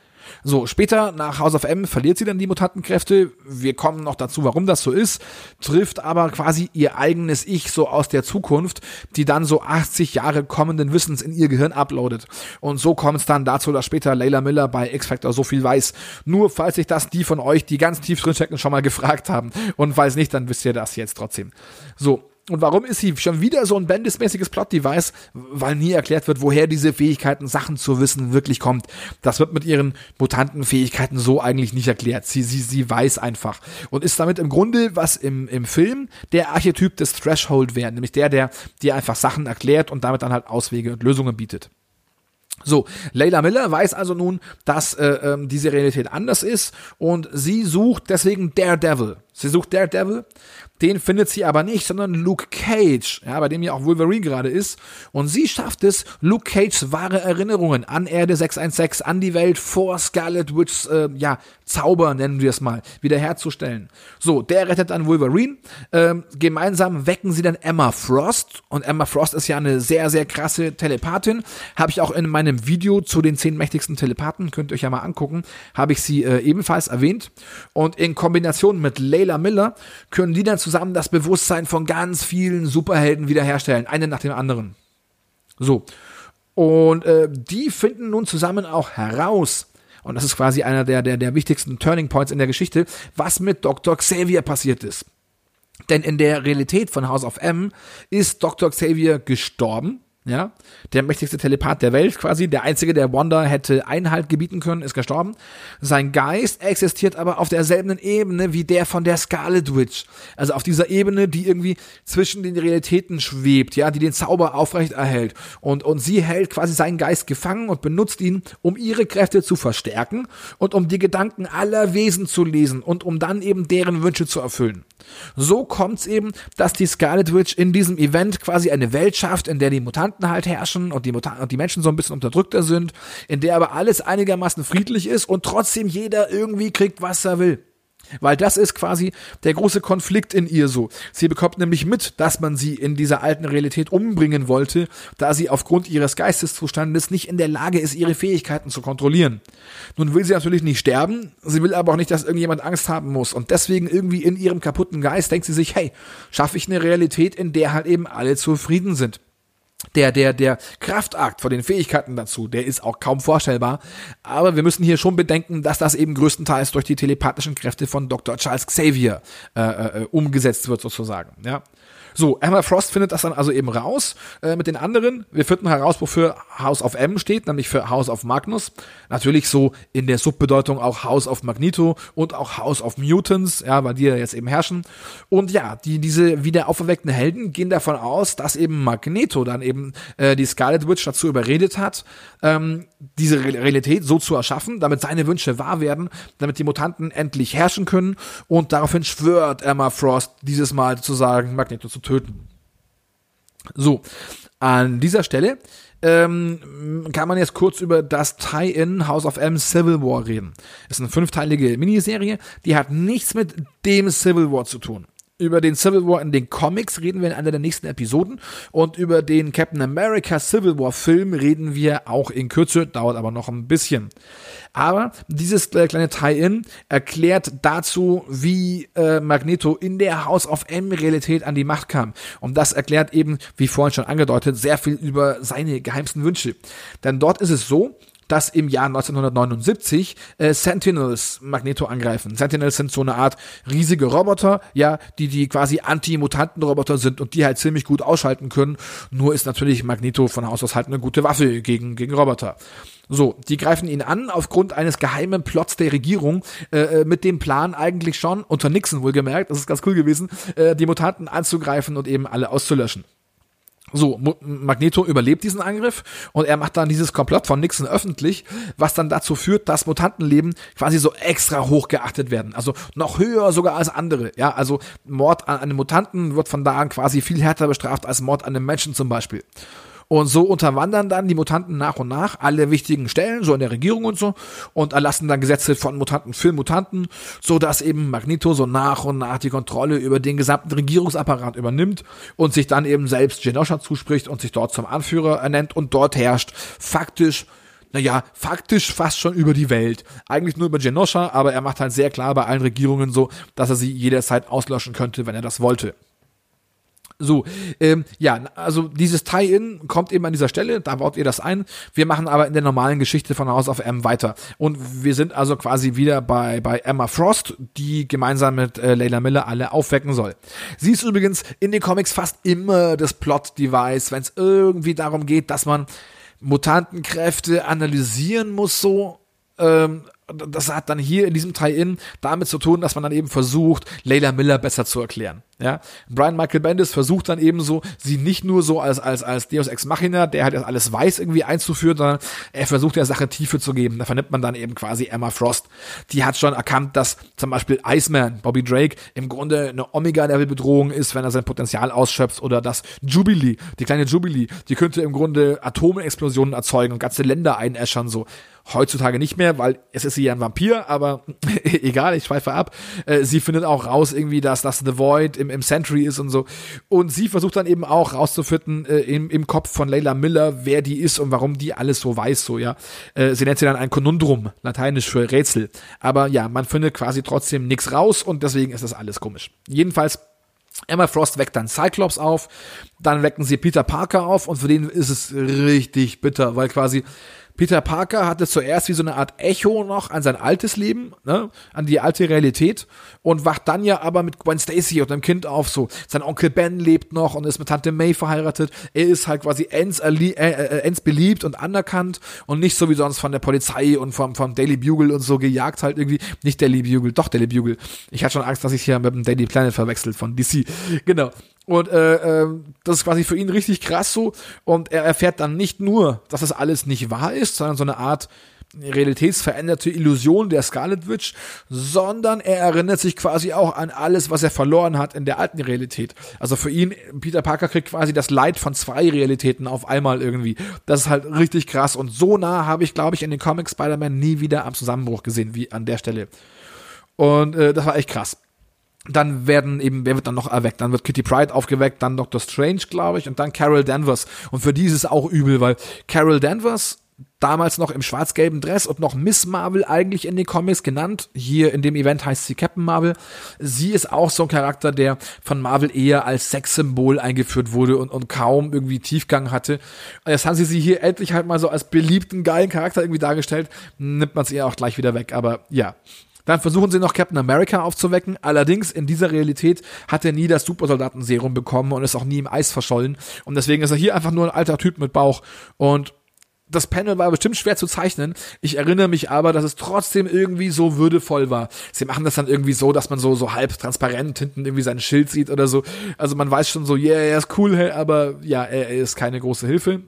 So, später nach House of M verliert sie dann die Mutantenkräfte. Wir kommen noch dazu, warum das so ist, trifft aber quasi ihr eigenes Ich so aus der Zukunft, die dann so achtzig Jahre kommenden Wissens in ihr Gehirn uploadet. Und so kommt es dann dazu, dass später Layla Miller bei X-Factor so viel weiß. Nur falls sich das die von euch, die ganz tief drinstecken, schon mal gefragt haben. Und falls nicht, dann wisst ihr das jetzt trotzdem. So. Und warum ist sie schon wieder so ein Bendis-mäßiges Plot-Device? Weil nie erklärt wird, woher diese Fähigkeiten, Sachen zu wissen, wirklich kommt. Das wird mit ihren Mutantenfähigkeiten so eigentlich nicht erklärt. Sie, sie, sie weiß einfach. Und ist damit im Grunde, was im, im Film der Archetyp des Threshold wäre. Nämlich der, der dir einfach Sachen erklärt und damit dann halt Auswege und Lösungen bietet. So, Layla Miller weiß also nun, dass äh, ähm, diese Realität anders ist und sie sucht deswegen Daredevil. Sie sucht Daredevil, den findet sie aber nicht, sondern Luke Cage, ja, bei dem ja auch Wolverine gerade ist. Und sie schafft es, Luke Cages wahre Erinnerungen an Erde sechs eins sechs, an die Welt vor Scarlet Witchs, äh, ja, Zauber, nennen wir es mal, wiederherzustellen. So, der rettet dann Wolverine. Ähm, gemeinsam wecken sie dann Emma Frost. Und Emma Frost ist ja eine sehr, sehr krasse Telepathin. Habe ich auch in meinem Video zu den zehn mächtigsten Telepathen, könnt ihr euch ja mal angucken, habe ich sie äh, ebenfalls erwähnt. Und in Kombination mit Layla Miller können die dann zusammen das Bewusstsein von ganz vielen Superhelden wiederherstellen. Einen nach dem anderen. So. Und äh, die finden nun zusammen auch heraus, und das ist quasi einer der, der, der wichtigsten Turning Points in der Geschichte, was mit Doktor Xavier passiert ist. Denn in der Realität von House of M ist Doktor Xavier gestorben. Ja, der mächtigste Telepath der Welt quasi, der einzige, der Wanda hätte Einhalt gebieten können, ist gestorben. Sein Geist existiert aber auf derselben Ebene wie der von der Scarlet Witch. Also auf dieser Ebene, die irgendwie zwischen den Realitäten schwebt, ja, die den Zauber aufrecht erhält. Und, und sie hält quasi seinen Geist gefangen und benutzt ihn, um ihre Kräfte zu verstärken und um die Gedanken aller Wesen zu lesen und um dann eben deren Wünsche zu erfüllen. So kommt's eben, dass die Scarlet Witch in diesem Event quasi eine Welt schafft, in der die Mutanten halt herrschen und die, Mutanten und die Menschen so ein bisschen unterdrückter sind, in der aber alles einigermaßen friedlich ist und trotzdem jeder irgendwie kriegt, was er will. Weil das ist quasi der große Konflikt in ihr so. Sie bekommt nämlich mit, dass man sie in dieser alten Realität umbringen wollte, da sie aufgrund ihres Geisteszustandes nicht in der Lage ist, ihre Fähigkeiten zu kontrollieren. Nun will sie natürlich nicht sterben, sie will aber auch nicht, dass irgendjemand Angst haben muss. Und deswegen irgendwie in ihrem kaputten Geist denkt sie sich, hey, schaffe ich eine Realität, in der halt eben alle zufrieden sind. Der, der, der Kraftakt von den Fähigkeiten dazu, der ist auch kaum vorstellbar. Aber wir müssen hier schon bedenken, dass das eben größtenteils durch die telepathischen Kräfte von Doktor Charles Xavier äh, äh, umgesetzt wird sozusagen, ja. So, Emma Frost findet das dann also eben raus äh, mit den anderen. Wir finden heraus, wofür House of M steht, nämlich für House of Magnus. Natürlich so in der Subbedeutung auch House of Magneto und auch House of Mutants, ja, weil die ja jetzt eben herrschen. Und ja, die diese wieder auferweckten Helden gehen davon aus, dass eben Magneto dann eben äh, die Scarlet Witch dazu überredet hat, ähm, diese Re- Realität so zu erschaffen, damit seine Wünsche wahr werden, damit die Mutanten endlich herrschen können. Und daraufhin schwört Emma Frost dieses Mal sozusagen Magneto zu töten. So, an dieser Stelle ähm, kann man jetzt kurz über das Tie-In House of M Civil War reden. Das ist eine fünfteilige Miniserie, die hat nichts mit dem Civil War zu tun. Über den Civil War in den Comics reden wir in einer der nächsten Episoden und über den Captain America Civil War Film reden wir auch in Kürze, dauert aber noch ein bisschen. Aber dieses kleine Tie-In erklärt dazu, wie äh, Magneto in der House of M Realität an die Macht kam. Und das erklärt eben, wie vorhin schon angedeutet, sehr viel über seine geheimsten Wünsche. Denn dort ist es so, dass im Jahr neunzehnhundertneunundsiebzig äh, Sentinels Magneto angreifen. Sentinels sind so eine Art riesige Roboter, ja, die die quasi Anti-Mutanten-Roboter sind und die halt ziemlich gut ausschalten können. Nur ist natürlich Magneto von Haus aus halt eine gute Waffe gegen, gegen Roboter. So, die greifen ihn an aufgrund eines geheimen Plots der Regierung, äh, mit dem Plan eigentlich schon, unter Nixon wohlgemerkt, das ist ganz cool gewesen, äh, die Mutanten anzugreifen und eben alle auszulöschen. So, Magneto überlebt diesen Angriff und er macht dann dieses Komplott von Nixon öffentlich, was dann dazu führt, dass Mutantenleben quasi so extra hoch geachtet werden. Also noch höher sogar als andere. Ja, also Mord an einem Mutanten wird von da an quasi viel härter bestraft als Mord an einem Menschen zum Beispiel. Und so unterwandern dann die Mutanten nach und nach alle wichtigen Stellen, so in der Regierung und so, und erlassen dann Gesetze von Mutanten für Mutanten, so dass eben Magneto so nach und nach die Kontrolle über den gesamten Regierungsapparat übernimmt und sich dann eben selbst Genosha zuspricht und sich dort zum Anführer ernennt und dort herrscht faktisch, naja, faktisch fast schon über die Welt. Eigentlich nur über Genosha, aber er macht halt sehr klar bei allen Regierungen so, dass er sie jederzeit auslöschen könnte, wenn er das wollte. So, ähm, ja, also dieses Tie-In kommt eben an dieser Stelle, da baut ihr das ein. Wir machen aber in der normalen Geschichte von House of M weiter. Und wir sind also quasi wieder bei bei Emma Frost, die gemeinsam mit äh, Layla Miller alle aufwecken soll. Sie ist übrigens in den Comics fast immer das Plot-Device, wenn es irgendwie darum geht, dass man Mutantenkräfte analysieren muss, so. Ähm, das hat dann hier in diesem Tie-In damit zu tun, dass man dann eben versucht, Layla Miller besser zu erklären. Ja, Brian Michael Bendis versucht dann eben so, sie nicht nur so als als als Deus Ex Machina, der halt alles weiß, irgendwie einzuführen, sondern er versucht der Sache Tiefe zu geben. Da vernimmt man dann eben quasi Emma Frost. Die hat schon erkannt, dass zum Beispiel Iceman, Bobby Drake, im Grunde eine Omega-Level-Bedrohung ist, wenn er sein Potenzial ausschöpft, oder dass Jubilee, die kleine Jubilee, die könnte im Grunde Atomexplosionen erzeugen und ganze Länder einäschern, so. Heutzutage nicht mehr, weil es ist sie ja ein Vampir, aber egal, ich schweife ab. Äh, sie findet auch raus irgendwie, dass das The Void im, im Sentry ist und so. Und sie versucht dann eben auch rauszufinden äh, im, im Kopf von Layla Miller, wer die ist und warum die alles so weiß, so, ja. Äh, sie nennt sie dann ein Konundrum, lateinisch für Rätsel. Aber ja, man findet quasi trotzdem nichts raus und deswegen ist das alles komisch. Jedenfalls Emma Frost weckt dann Cyclops auf, dann wecken sie Peter Parker auf und für den ist es richtig bitter, weil quasi Peter Parker hatte zuerst wie so eine Art Echo noch an sein altes Leben, ne, an die alte Realität und wacht dann ja aber mit Gwen Stacy und einem Kind auf, so. Sein Onkel Ben lebt noch und ist mit Tante May verheiratet. Er ist halt quasi ends, erlie- äh, äh, ends beliebt und anerkannt und nicht so wie sonst von der Polizei und vom, vom Daily Bugle und so gejagt halt irgendwie. Nicht Daily Bugle, doch Daily Bugle. Ich hatte schon Angst, dass ich hier mit dem Daily Planet verwechselt von D C. Genau. Und äh, äh, das ist quasi für ihn richtig krass so. Und er erfährt dann nicht nur, dass das alles nicht wahr ist, sondern so eine Art realitätsveränderte Illusion der Scarlet Witch, sondern er erinnert sich quasi auch an alles, was er verloren hat in der alten Realität. Also für ihn, Peter Parker kriegt quasi das Leid von zwei Realitäten auf einmal irgendwie. Das ist halt richtig krass. Und so nah habe ich, glaube ich, in den Comics Spider-Man nie wieder am Zusammenbruch gesehen wie an der Stelle. Und äh, das war echt krass. Dann werden eben, wer wird dann noch erweckt? Dann wird Kitty Pryde aufgeweckt, dann Doctor Strange, glaube ich, und dann Carol Danvers. Und für die ist es auch übel, weil Carol Danvers, damals noch im schwarz-gelben Dress und noch Miss Marvel eigentlich in den Comics genannt, hier in dem Event heißt sie Captain Marvel, sie ist auch so ein Charakter, der von Marvel eher als Sexsymbol eingeführt wurde und, und kaum irgendwie Tiefgang hatte. Und jetzt haben sie sie hier endlich halt mal so als beliebten, geilen Charakter irgendwie dargestellt, nimmt man es ihr auch gleich wieder weg, aber ja. Dann versuchen sie noch Captain America aufzuwecken. Allerdings in dieser Realität hat er nie das Supersoldatenserum bekommen und ist auch nie im Eis verschollen. Und deswegen ist er hier einfach nur ein alter Typ mit Bauch. Und das Panel war bestimmt schwer zu zeichnen. Ich erinnere mich aber, dass es trotzdem irgendwie so würdevoll war. Sie machen das dann irgendwie so, dass man so so halb transparent hinten irgendwie sein Schild sieht oder so. Also man weiß schon so, yeah, er ist cool, hey, aber ja, er, er ist keine große Hilfe.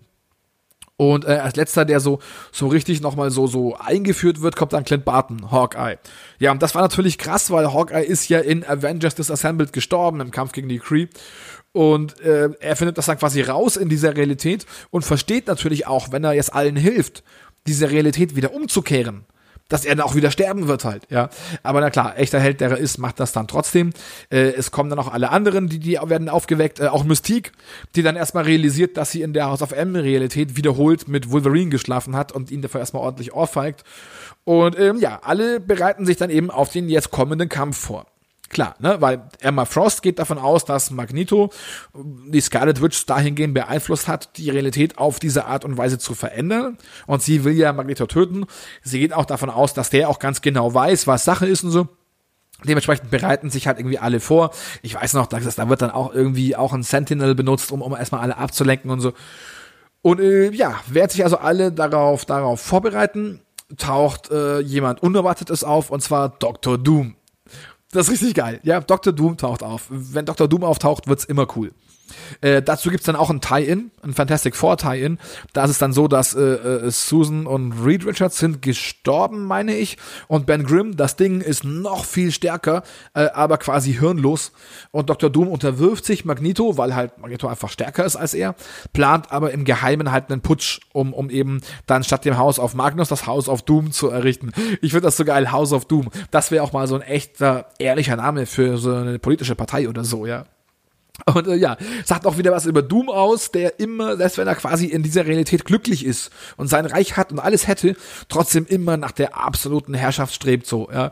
Und äh, als letzter, der so so richtig nochmal so so eingeführt wird, kommt dann Clint Barton, Hawkeye. Ja, und das war natürlich krass, weil Hawkeye ist ja in Avengers Disassembled gestorben im Kampf gegen die Kree. Und äh, er findet das dann quasi raus in dieser Realität und versteht natürlich auch, wenn er jetzt allen hilft, diese Realität wieder umzukehren, dass er dann auch wieder sterben wird halt, ja. Aber na klar, echter Held, der er ist, macht das dann trotzdem. Äh, es kommen dann auch alle anderen, die, die werden aufgeweckt, äh, auch Mystique, die dann erstmal realisiert, dass sie in der House of M-Realität wiederholt mit Wolverine geschlafen hat und ihn dafür erstmal ordentlich ohrfeigt. Und ähm, ja, alle bereiten sich dann eben auf den jetzt kommenden Kampf vor. Klar, ne, weil Emma Frost geht davon aus, dass Magneto die Scarlet Witch dahingehend beeinflusst hat, die Realität auf diese Art und Weise zu verändern. Und sie will ja Magneto töten. Sie geht auch davon aus, dass der auch ganz genau weiß, was Sache ist und so. Dementsprechend bereiten sich halt irgendwie alle vor. Ich weiß noch, dass da wird dann auch irgendwie auch ein Sentinel benutzt, um, um erstmal alle abzulenken und so. Und äh, ja, während sich also alle darauf, darauf vorbereiten, taucht äh, jemand Unerwartetes auf, und zwar Doktor Doom. Das ist richtig geil. Ja, Doktor Doom taucht auf. Wenn Doktor Doom auftaucht, wird's immer cool. Äh, dazu gibt's dann auch ein Tie-In, ein Fantastic Four Tie-In. Da ist es dann so, dass äh, äh, Susan und Reed Richards sind gestorben, meine ich. Und Ben Grimm, das Ding ist noch viel stärker, äh, aber quasi hirnlos. Und Doktor Doom unterwirft sich Magneto, weil halt Magneto einfach stärker ist als er, plant aber im Geheimen halt einen Putsch, um, um eben dann statt dem Haus auf Magnus das Haus auf Doom zu errichten. Ich finde das so geil, House of Doom. Das wäre auch mal so ein echter, ehrlicher Name für so eine politische Partei oder so, ja. Und äh, ja, sagt auch wieder was über Doom aus, der immer, selbst wenn er quasi in dieser Realität glücklich ist und sein Reich hat und alles hätte, trotzdem immer nach der absoluten Herrschaft strebt, so, ja.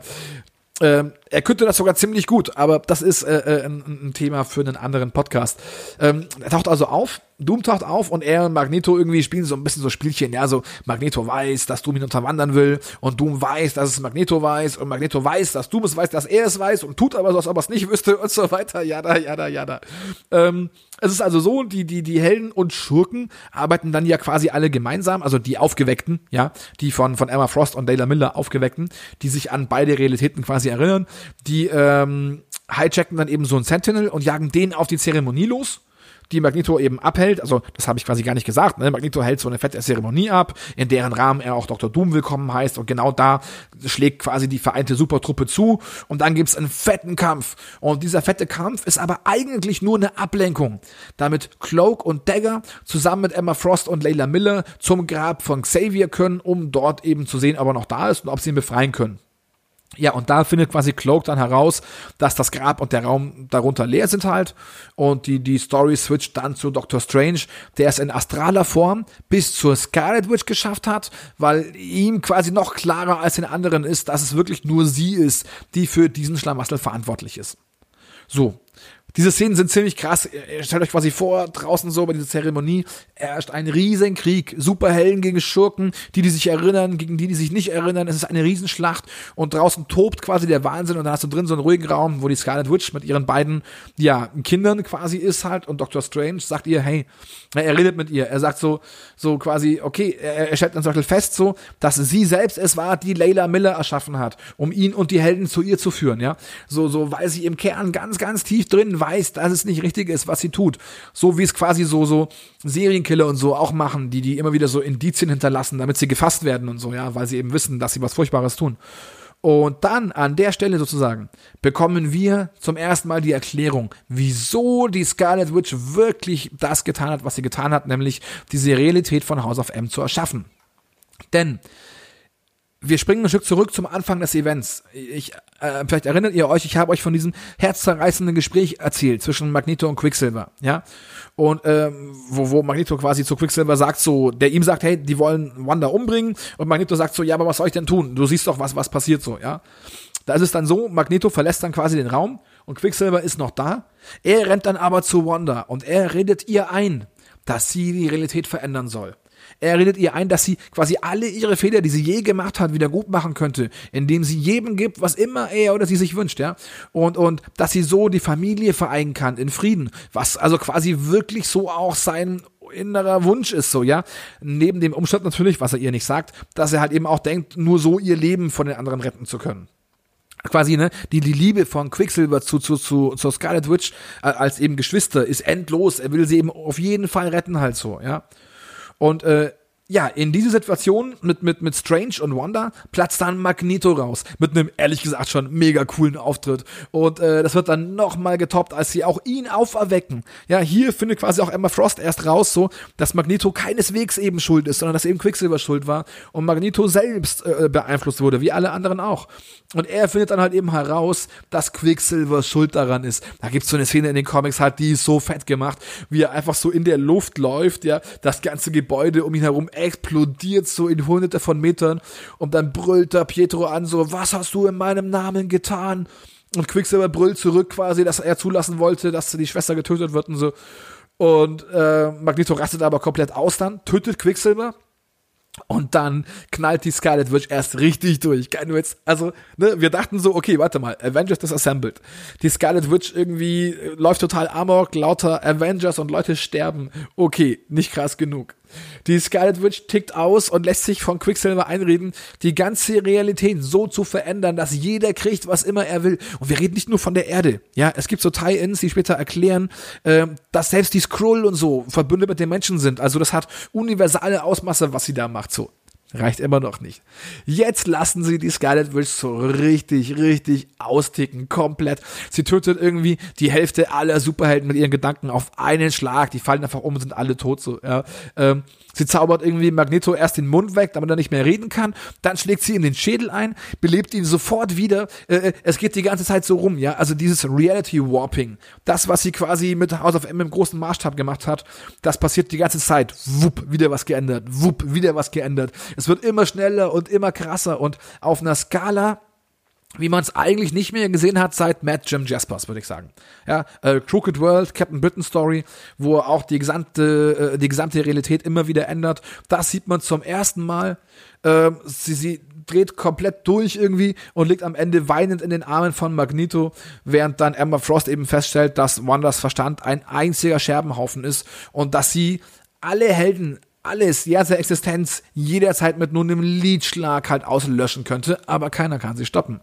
Ähm, er könnte das sogar ziemlich gut, aber das ist äh, ein, ein Thema für einen anderen Podcast. Ähm, er taucht also auf, Doom taucht auf und er und Magneto irgendwie spielen so ein bisschen so Spielchen, ja, so Magneto weiß, dass Doom ihn unterwandern will und Doom weiß, dass es Magneto weiß und Magneto weiß, dass Doom es weiß, dass er es weiß und tut aber so, als ob er es nicht wüsste und so weiter, jada, jada, jada. Ähm, es ist also so, die, die, die Helden und Schurken arbeiten dann ja quasi alle gemeinsam, also die Aufgeweckten, ja, die von, von Emma Frost und Layla Miller Aufgeweckten, die sich an beide Realitäten quasi erinnern, die ähm, hijacken dann eben so einen Sentinel und jagen den auf die Zeremonie los, die Magneto eben abhält. Also das habe ich quasi gar nicht gesagt, ne? Magneto hält so eine fette Zeremonie ab, in deren Rahmen er auch Doktor Doom willkommen heißt, und genau da schlägt quasi die vereinte Supertruppe zu und dann gibt's einen fetten Kampf, und dieser fette Kampf ist aber eigentlich nur eine Ablenkung, damit Cloak und Dagger zusammen mit Emma Frost und Layla Miller zum Grab von Xavier können, um dort eben zu sehen, ob er noch da ist und ob sie ihn befreien können. Ja, und da findet quasi Cloak dann heraus, dass das Grab und der Raum darunter leer sind halt, und die die Story switcht dann zu Doctor Strange, der es in astraler Form bis zur Scarlet Witch geschafft hat, weil ihm quasi noch klarer als den anderen ist, dass es wirklich nur sie ist, die für diesen Schlamassel verantwortlich ist. So. Diese Szenen sind ziemlich krass. Ihr stellt euch quasi vor, draußen so bei dieser Zeremonie herrscht ein riesen Krieg. Superhelden gegen Schurken, die, die sich erinnern, gegen die, die sich nicht erinnern. Es ist eine Riesenschlacht und draußen tobt quasi der Wahnsinn, und dann hast du drin so einen ruhigen Raum, wo die Scarlet Witch mit ihren beiden, ja, Kindern quasi ist halt, und Doctor Strange sagt ihr, hey, er redet mit ihr. Er sagt so, so quasi, okay, er, er stellt dann zum Beispiel fest so, dass sie selbst es war, die Layla Miller erschaffen hat, um ihn und die Helden zu ihr zu führen, ja. So, so, weil sie im Kern ganz, ganz tief drin weiß, dass es nicht richtig ist, was sie tut. So wie es quasi so, so Serienkiller und so auch machen, die, die immer wieder so Indizien hinterlassen, damit sie gefasst werden und so, ja, weil sie eben wissen, dass sie was Furchtbares tun. Und dann, an der Stelle sozusagen, bekommen wir zum ersten Mal die Erklärung, wieso die Scarlet Witch wirklich das getan hat, was sie getan hat, nämlich diese Realität von House of M zu erschaffen. Denn wir springen ein Stück zurück zum Anfang des Events. Ich, äh, vielleicht erinnert ihr euch, ich habe euch von diesem herzzerreißenden Gespräch erzählt zwischen Magneto und Quicksilver, ja? Und ähm, wo, wo Magneto quasi zu Quicksilver sagt so, der ihm sagt, hey, die wollen Wanda umbringen, und Magneto sagt so, ja, aber was soll ich denn tun? Du siehst doch, was was passiert so, ja? Da ist es dann so, Magneto verlässt dann quasi den Raum und Quicksilver ist noch da. Er rennt dann aber zu Wanda und er redet ihr ein, dass sie die Realität verändern soll. Er redet ihr ein, dass sie quasi alle ihre Fehler, die sie je gemacht hat, wieder gut machen könnte, indem sie jedem gibt, was immer er oder sie sich wünscht, ja. Und, und, dass sie so die Familie vereinen kann in Frieden, was also quasi wirklich so auch sein innerer Wunsch ist, so, ja. Neben dem Umstand natürlich, was er ihr nicht sagt, dass er halt eben auch denkt, nur so ihr Leben von den anderen retten zu können. Quasi, ne, die, die Liebe von Quicksilver zu, zu, zu, zur Scarlet Witch äh, als eben Geschwister ist endlos. Er will sie eben auf jeden Fall retten halt so, ja. Und äh, ja, in diese Situation mit mit mit Strange und Wanda platzt dann Magneto raus mit einem ehrlich gesagt schon mega coolen Auftritt, und äh, das wird dann nochmal getoppt, als sie auch ihn auferwecken. Ja, hier findet quasi auch Emma Frost erst raus, so, dass Magneto keineswegs eben schuld ist, sondern dass eben Quicksilver schuld war und Magneto selbst äh, beeinflusst wurde, wie alle anderen auch. Und er findet dann halt eben heraus, dass Quicksilver schuld daran ist. Da gibt's so eine Szene in den Comics halt, die ist so fett gemacht, wie er einfach so in der Luft läuft, ja, das ganze Gebäude um ihn herum explodiert so in hunderte von Metern, und dann brüllt da Pietro an so, was hast du in meinem Namen getan? Und Quicksilver brüllt zurück quasi, dass er zulassen wollte, dass die Schwester getötet wird und so. Und äh, Magneto rastet aber komplett aus dann, tötet Quicksilver. Und dann knallt die Scarlet Witch erst richtig durch. Kein Witz. Also, ne, wir dachten so, okay, warte mal, Avengers Disassembled. Die Scarlet Witch irgendwie läuft total amok, lauter Avengers und Leute sterben. Okay, nicht krass genug. Die Scarlet Witch tickt aus und lässt sich von Quicksilver einreden, die ganze Realität so zu verändern, dass jeder kriegt, was immer er will. Und wir reden nicht nur von der Erde. Ja, es gibt so Tie-Ins, die später erklären, äh, dass selbst die Skrull und so verbündet mit den Menschen sind. Also das hat universale Ausmaße, was sie da macht. So. Reicht immer noch nicht. Jetzt lassen sie die Scarlet Witch so richtig, richtig austicken, komplett. Sie tötet irgendwie die Hälfte aller Superhelden mit ihren Gedanken auf einen Schlag. Die fallen einfach um und sind alle tot. So, ja. ähm, sie zaubert irgendwie Magneto erst den Mund weg, damit er nicht mehr reden kann. Dann schlägt sie ihm den Schädel ein, belebt ihn sofort wieder. Äh, es geht die ganze Zeit so rum, ja. Also dieses Reality Warping, das, was sie quasi mit House of M im großen Maßstab gemacht hat, das passiert die ganze Zeit. Wupp, wieder was geändert. Wupp, wieder was geändert. Es wird immer schneller und immer krasser und auf einer Skala, wie man es eigentlich nicht mehr gesehen hat seit Mad Jim Jaspers, würde ich sagen. Ja, äh, Crooked World, Captain Britain Story, wo er auch die gesamte, äh, die gesamte Realität immer wieder ändert. Das sieht man zum ersten Mal. Äh, sie, sie dreht komplett durch irgendwie und liegt am Ende weinend in den Armen von Magneto, während dann Emma Frost eben feststellt, dass Wandas Verstand ein einziger Scherbenhaufen ist und dass sie alle Helden alles, die ganze Existenz jederzeit mit nur einem Liedschlag halt auslöschen könnte, aber keiner kann sie stoppen.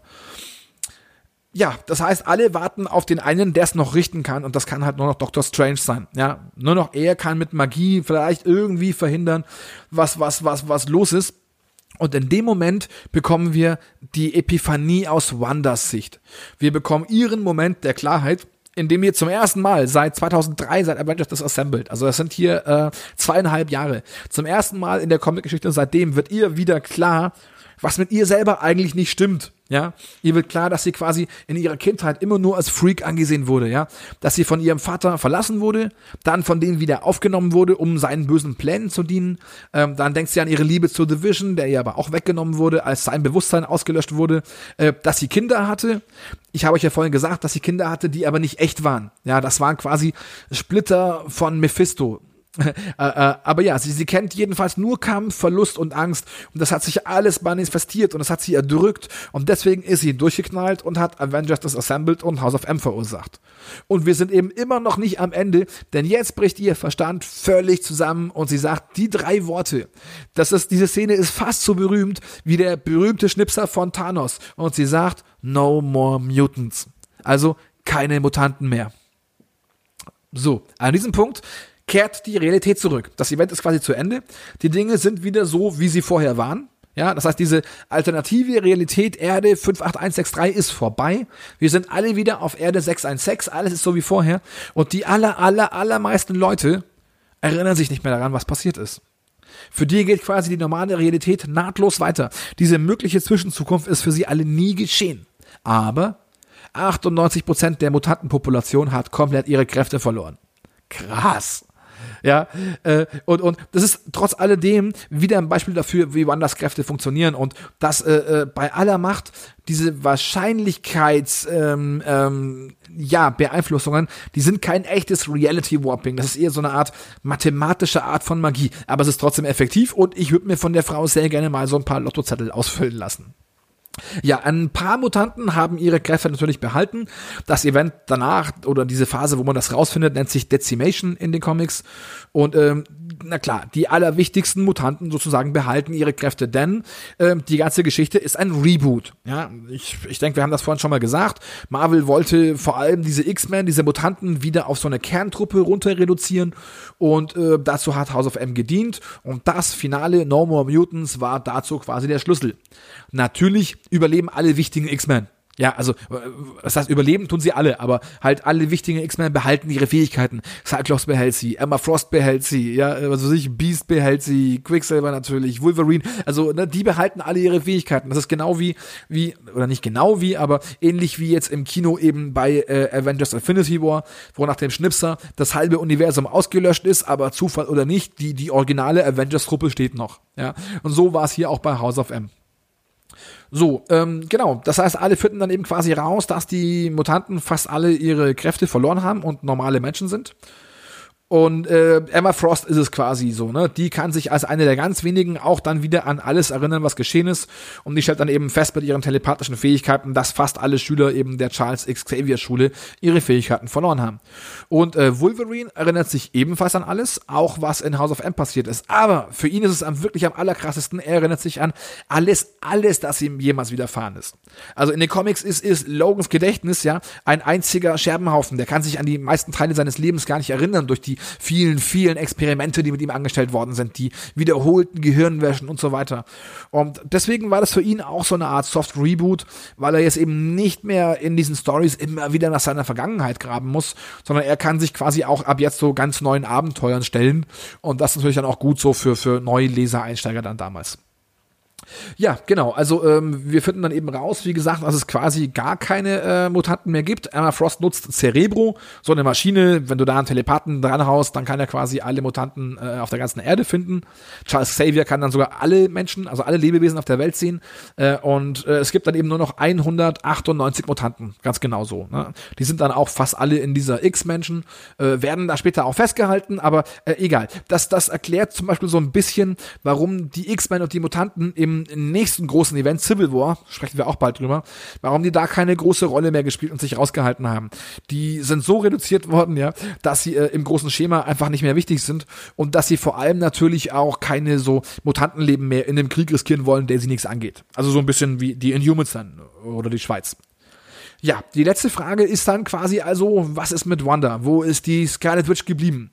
Ja, das heißt, alle warten auf den einen, der es noch richten kann und das kann halt nur noch Doctor Strange sein. Ja, nur noch er kann mit Magie vielleicht irgendwie verhindern, was, was, was, was los ist. Und in dem Moment bekommen wir die Epiphanie aus Wandas Sicht. Wir bekommen ihren Moment der Klarheit, in dem wir zum ersten Mal seit zweitausenddrei, seit Avengers Disassembled, also das sind hier äh, zweieinhalb Jahre, zum ersten Mal in der Comic-Geschichte seitdem wird ihr wieder klar, was mit ihr selber eigentlich nicht stimmt. Ja, ihr wird klar, dass sie quasi in ihrer Kindheit immer nur als Freak angesehen wurde, ja, dass sie von ihrem Vater verlassen wurde, dann von denen wieder aufgenommen wurde, um seinen bösen Plänen zu dienen, ähm, dann denkt sie an ihre Liebe zur The Vision, der ihr aber auch weggenommen wurde, als sein Bewusstsein ausgelöscht wurde, äh, dass sie Kinder hatte. Ich habe euch ja vorhin gesagt, dass sie Kinder hatte, die aber nicht echt waren. Ja, das waren quasi Splitter von Mephisto. äh, äh, aber ja, sie, sie kennt jedenfalls nur Kampf, Verlust und Angst und das hat sich alles manifestiert und das hat sie erdrückt und deswegen ist sie durchgeknallt und hat Avengers Disassembled und House of M verursacht. Und wir sind eben immer noch nicht am Ende, denn jetzt bricht ihr Verstand völlig zusammen und sie sagt die drei Worte. Das ist, diese Szene ist fast so berühmt wie der berühmte Schnipser von Thanos und sie sagt, no more mutants. Also keine Mutanten mehr. So, an diesem Punkt kehrt die Realität zurück. Das Event ist quasi zu Ende. Die Dinge sind wieder so, wie sie vorher waren. Ja, das heißt, diese alternative Realität Erde fünf acht eins sechs drei ist vorbei. Wir sind alle wieder auf Erde sechs eins sechs. Alles ist so wie vorher. Und die aller, aller, allermeisten Leute erinnern sich nicht mehr daran, was passiert ist. Für die geht quasi die normale Realität nahtlos weiter. Diese mögliche Zwischenzukunft ist für sie alle nie geschehen. Aber achtundneunzig Prozent der Mutantenpopulation hat komplett ihre Kräfte verloren. Krass. Ja, äh, und, und das ist trotz alledem wieder ein Beispiel dafür, wie Wandas Kräfte funktionieren und dass äh, äh, bei aller Macht diese Wahrscheinlichkeits ähm, ähm, ja, Beeinflussungen, die sind kein echtes Reality Warping, das ist eher so eine Art mathematische Art von Magie, aber es ist trotzdem effektiv und ich würde mir von der Frau sehr gerne mal so ein paar Lottozettel ausfüllen lassen. Ja, ein paar Mutanten haben ihre Kräfte natürlich behalten. Das Event danach oder diese Phase, wo man das rausfindet, nennt sich Decimation in den Comics. Und ähm, na klar, die allerwichtigsten Mutanten sozusagen behalten ihre Kräfte, denn ähm, die ganze Geschichte ist ein Reboot. Ja, ich, ich denke, wir haben das vorhin schon mal gesagt. Marvel wollte vor allem diese X-Men, diese Mutanten wieder auf so eine Kerntruppe runter reduzieren und äh, dazu hat House of M gedient und das Finale No More Mutants war dazu quasi der Schlüssel. Natürlich überleben alle wichtigen X-Men. Ja, also, was heißt, überleben tun sie alle, aber halt alle wichtigen X-Men behalten ihre Fähigkeiten. Cyclops behält sie, Emma Frost behält sie, ja, also sich Beast behält sie, Quicksilver natürlich, Wolverine, also, ne, die behalten alle ihre Fähigkeiten. Das ist genau wie, wie, oder nicht genau wie, aber ähnlich wie jetzt im Kino eben bei äh, Avengers Infinity War, wo nach dem Schnipser das halbe Universum ausgelöscht ist, aber Zufall oder nicht, die, die originale Avengers-Gruppe steht noch, ja. Und so war es hier auch bei House of M. So, ähm, genau. Das heißt, alle finden dann eben quasi raus, dass die Mutanten fast alle ihre Kräfte verloren haben und normale Menschen sind. Und äh, Emma Frost ist es quasi so, ne? Die kann sich als eine der ganz wenigen auch dann wieder an alles erinnern, was geschehen ist. Und die stellt dann eben fest mit ihren telepathischen Fähigkeiten, dass fast alle Schüler eben der Charles Xavier Schule ihre Fähigkeiten verloren haben. Und äh, Wolverine erinnert sich ebenfalls an alles, auch was in House of M passiert ist. Aber für ihn ist es am, wirklich am allerkrassesten, er erinnert sich an alles, alles, das ihm jemals widerfahren ist. Also in den Comics ist, ist Logans Gedächtnis ja ein einziger Scherbenhaufen. Der kann sich an die meisten Teile seines Lebens gar nicht erinnern durch die vielen, vielen Experimente, die mit ihm angestellt worden sind, die wiederholten Gehirnwäschen und so weiter. Und deswegen war das für ihn auch so eine Art Soft-Reboot, weil er jetzt eben nicht mehr in diesen Stories immer wieder nach seiner Vergangenheit graben muss, sondern er kann sich quasi auch ab jetzt so ganz neuen Abenteuern stellen. Und das ist natürlich dann auch gut so für, für neue Leser-Einsteiger dann damals. Ja, genau, also ähm, wir finden dann eben raus, wie gesagt, dass es quasi gar keine äh, Mutanten mehr gibt. Emma Frost nutzt Cerebro, so eine Maschine, wenn du da einen Telepathen dranhaust, dann kann er quasi alle Mutanten äh, auf der ganzen Erde finden. Charles Xavier kann dann sogar alle Menschen, also alle Lebewesen auf der Welt sehen äh, und äh, es gibt dann eben nur noch hundertachtundneunzig Mutanten, ganz genau so. Ne? Die sind dann auch fast alle in dieser X-Menschen, äh, werden da später auch festgehalten, aber äh, egal. Das, das erklärt zum Beispiel so ein bisschen, warum die X-Men und die Mutanten im Im nächsten großen Event, Civil War, sprechen wir auch bald drüber, warum die da keine große Rolle mehr gespielt und sich rausgehalten haben. Die sind so reduziert worden, ja, dass sie äh, im großen Schema einfach nicht mehr wichtig sind und dass sie vor allem natürlich auch keine so Mutantenleben mehr in dem Krieg riskieren wollen, der sie nichts angeht. Also so ein bisschen wie die Inhumans dann oder die Schweiz. Ja, die letzte Frage ist dann quasi also, was ist mit Wanda? Wo ist die Scarlet Witch geblieben?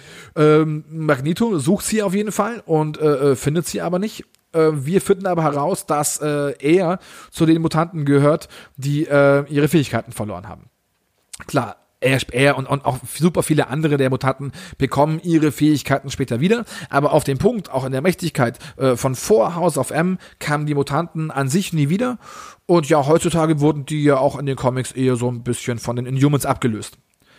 Ähm, Magneto sucht sie auf jeden Fall und äh, findet sie aber nicht. Wir finden aber heraus, dass äh, er zu den Mutanten gehört, die äh, ihre Fähigkeiten verloren haben. Klar, er, er und, und auch super viele andere der Mutanten bekommen ihre Fähigkeiten später wieder, aber auf den Punkt, auch in der Mächtigkeit äh, von vor House of M, kamen die Mutanten an sich nie wieder und ja, heutzutage wurden die ja auch in den Comics eher so ein bisschen von den Inhumans abgelöst.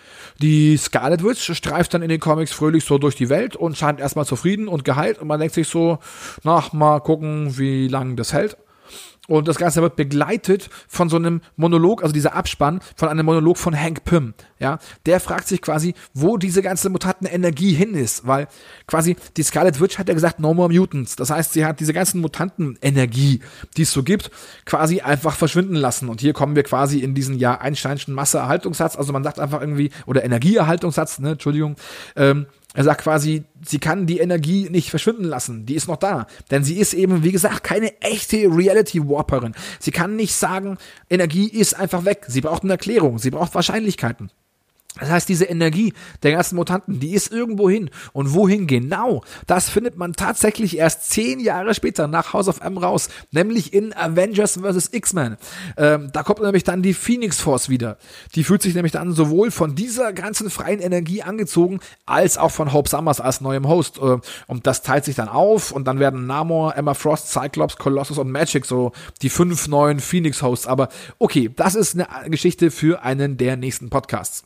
Die Scarlet Witch streift dann in den Comics fröhlich so durch die Welt und scheint erstmal zufrieden und geheilt und man denkt sich so, na, mal gucken, wie lange das hält. Und das Ganze wird begleitet von so einem Monolog, also dieser Abspann von einem Monolog von Hank Pym, ja. Der fragt sich quasi, wo diese ganze Mutantenenergie hin ist, weil quasi die Scarlet Witch hat ja gesagt, no more mutants. Das heißt, sie hat diese ganzen Mutantenenergie, die es so gibt, quasi einfach verschwinden lassen. Und hier kommen wir quasi in diesen ja Einsteinschen Masseerhaltungssatz, also man sagt einfach irgendwie, oder Energieerhaltungssatz, ne, Entschuldigung, ähm, er sagt quasi, sie kann die Energie nicht verschwinden lassen. Die ist noch da. Denn sie ist eben, wie gesagt, keine echte Reality-Warperin. Sie kann nicht sagen, Energie ist einfach weg. Sie braucht eine Erklärung. Sie braucht Wahrscheinlichkeiten. Das heißt, diese Energie der ganzen Mutanten, die ist irgendwo hin. Und wohin genau? Das findet man tatsächlich erst zehn Jahre später nach House of M raus. Nämlich in Avengers versus. X-Men. Ähm, da kommt nämlich dann die Phoenix Force wieder. Die fühlt sich nämlich dann sowohl von dieser ganzen freien Energie angezogen, als auch von Hope Summers als neuem Host. Äh, und das teilt sich dann auf und dann werden Namor, Emma Frost, Cyclops, Colossus und Magic so die fünf neuen Phoenix Hosts. Aber okay, das ist eine Geschichte für einen der nächsten Podcasts.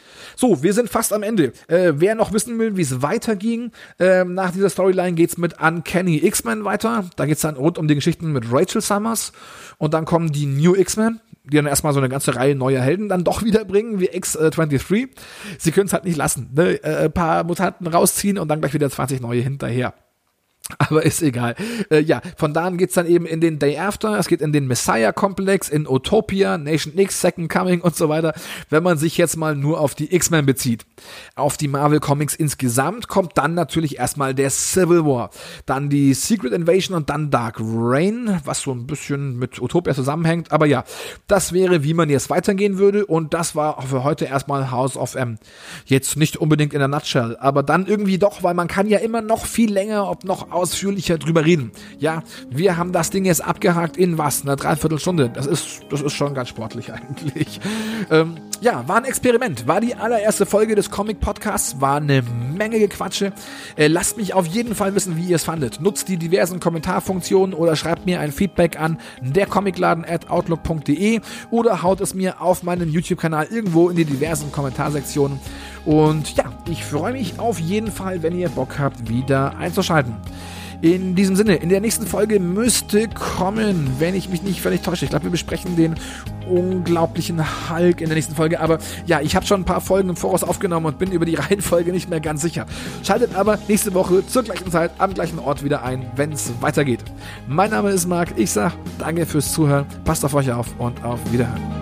So, wir sind fast am Ende. Äh, wer noch wissen will, wie es weiterging, äh, nach dieser Storyline geht's mit Uncanny X-Men weiter. Da geht's dann rund um die Geschichten mit Rachel Summers. Und dann kommen die New X-Men, die dann erstmal so eine ganze Reihe neuer Helden dann doch wiederbringen, wie X dreiundzwanzig. Sie können es halt nicht lassen. Ne? Äh, ein paar Mutanten rausziehen und dann gleich wieder zwanzig neue hinterher. Aber ist egal. Äh, ja, von da an geht's dann eben in den Day After, es geht in den Messiah-Komplex, in Utopia, Nation X, Second Coming und so weiter, wenn man sich jetzt mal nur auf die X-Men bezieht. Auf die Marvel-Comics insgesamt kommt dann natürlich erstmal der Civil War, dann die Secret Invasion und dann Dark Reign, was so ein bisschen mit Utopia zusammenhängt, aber ja, das wäre, wie man jetzt weitergehen würde und das war auch für heute erstmal House of M. Jetzt nicht unbedingt in der Nutshell, aber dann irgendwie doch, weil man kann ja immer noch viel länger, ob noch ausführlicher drüber reden. Ja, wir haben das Ding jetzt abgehakt in was? Eine Dreiviertelstunde. Das ist, das ist schon ganz sportlich eigentlich. Ähm, ja, war ein Experiment. War die allererste Folge des Comic-Podcasts. War eine Menge Gequatsche. Äh, lasst mich auf jeden Fall wissen, wie ihr es fandet. Nutzt die diversen Kommentarfunktionen oder schreibt mir ein Feedback an dercomicladen at outlook punkt de oder haut es mir auf meinem YouTube-Kanal irgendwo in die diversen Kommentarsektionen. Und ja, ich freue mich auf jeden Fall, wenn ihr Bock habt, wieder einzuschalten. In diesem Sinne, in der nächsten Folge müsste kommen, wenn ich mich nicht völlig täusche. Ich glaube, wir besprechen den unglaublichen Hulk in der nächsten Folge. Aber ja, ich habe schon ein paar Folgen im Voraus aufgenommen und bin über die Reihenfolge nicht mehr ganz sicher. Schaltet aber nächste Woche zur gleichen Zeit am gleichen Ort wieder ein, wenn es weitergeht. Mein Name ist Marc. Ich sage danke fürs Zuhören. Passt auf euch auf und auf Wiederhören.